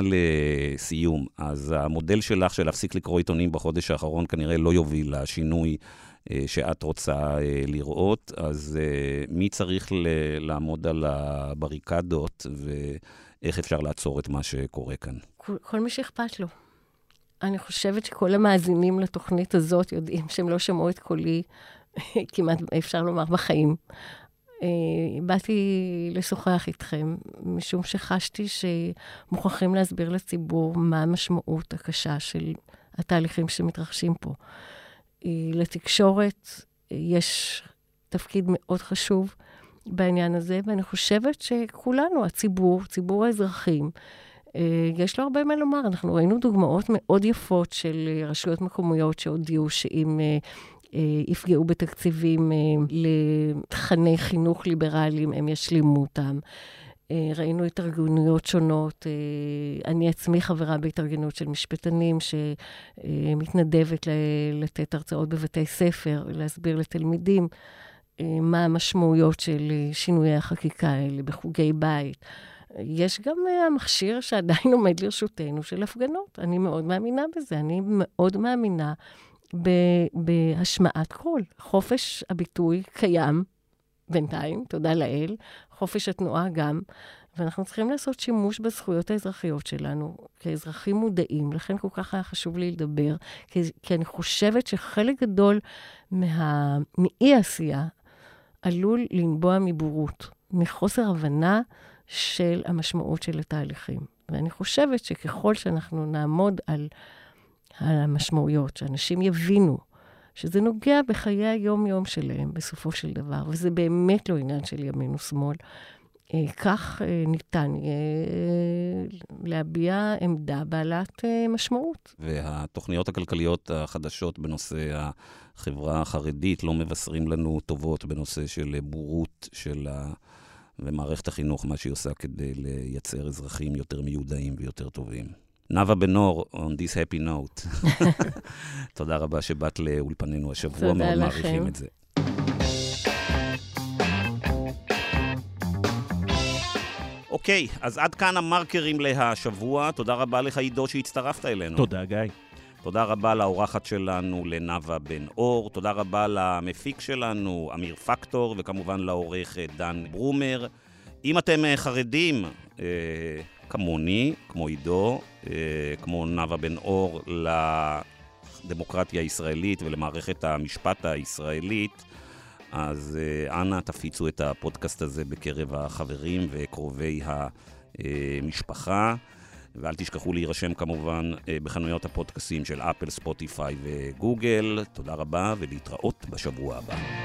לסיום. אז המודל שלך של להפסיק לקרוא עיתונים בחודש האחרון כנראה לא יוביל לשינוי שאת רוצה לראות. אז מי צריך לעמוד על הבריקדות ואיך אפשר לעצור את מה שקורה כאן? כל, כל מי שאכפת לו. אני חושבת שכל המאזינים לתוכנית הזאת יודעים שהם לא שמעו את קולי, כמעט אפשר לומר, בחיים. באתי לשוחח איתכם, משום שחשתי שמוכרחים להסביר לציבור מה המשמעות הקשה של התהליכים שמתרחשים פה. לתקשורת יש תפקיד מאוד חשוב בעניין הזה, ואני חושבת שכולנו, הציבור, ציבור האזרחים, יש לו הרבה מה לומר. אנחנו ראינו דוגמאות מאוד יפות של רשויות מקומיות שהודיעו שאם יפגעו בתקציבים לתכני חינוך ליברליים, הם ישלימו אותם. ראינו התארגנויות שונות. אני עצמי חברה בהתארגנות של משפטנים שמתנדבת לתת הרצאות בבתי ספר, להסביר לתלמידים מה המשמעויות של שינויי החקיקה האלה בחוגי בית. יש גם המכשיר שעדיין עומד לרשותנו של הפגנות. אני מאוד מאמינה בזה. אני מאוד מאמינה בהשמעת קול. חופש הביטוי קיים בינתיים, תודה לאל. חופש התנועה גם. ואנחנו צריכים לעשות שימוש בזכויות האזרחיות שלנו, כאזרחים מודעים. לכן כל כך היה חשוב לי לדבר, כי, כי אני חושבת שחלק גדול מה, מאי עשייה עלול לנבוע מבורות, מחוסר הבנה של המשמעות של התהליכים. ואני חושבת שככל שאנחנו נעמוד על, על המשמעויות, שאנשים יבינו שזה נוגע בחיי היום-יום שלהם בסופו של דבר, וזה באמת לא עניין של ימין ושמאל, כך ניתן להביע עמדה בעלת משמעות. והתוכניות הכלכליות החדשות בנושא החברה החרדית לא מבשרים לנו טובות בנושא של בורות של ה... ומערכת החינוך, מה שהיא עושה כדי לייצר אזרחים יותר מיודעים ויותר טובים. נאוה בן אור, on this happy note. תודה רבה שבאת לאולפנינו השבוע, מאוד מעריכים את זה. אוקיי, אז עד כאן המרקרים להשבוע. תודה רבה לך, עידו, שהצטרפת אלינו. תודה, גיא. תודה רבה לאורחת שלנו, לנאוה בן אור. תודה רבה למפיק שלנו, אמיר פקטור, וכמובן לעורך דן ברומר. אם אתם חרדים, אה, כמוני, כמו עידו, אה, כמו נאוה בן אור, לדמוקרטיה הישראלית ולמערכת המשפט הישראלית, אז אה, אנא תפיצו את הפודקאסט הזה בקרב החברים וקרובי המשפחה. ואל תשכחו להירשם כמובן בחנויות הפודקאסים של אפל, ספוטיפיי וגוגל. תודה רבה ולהתראות בשבוע הבא.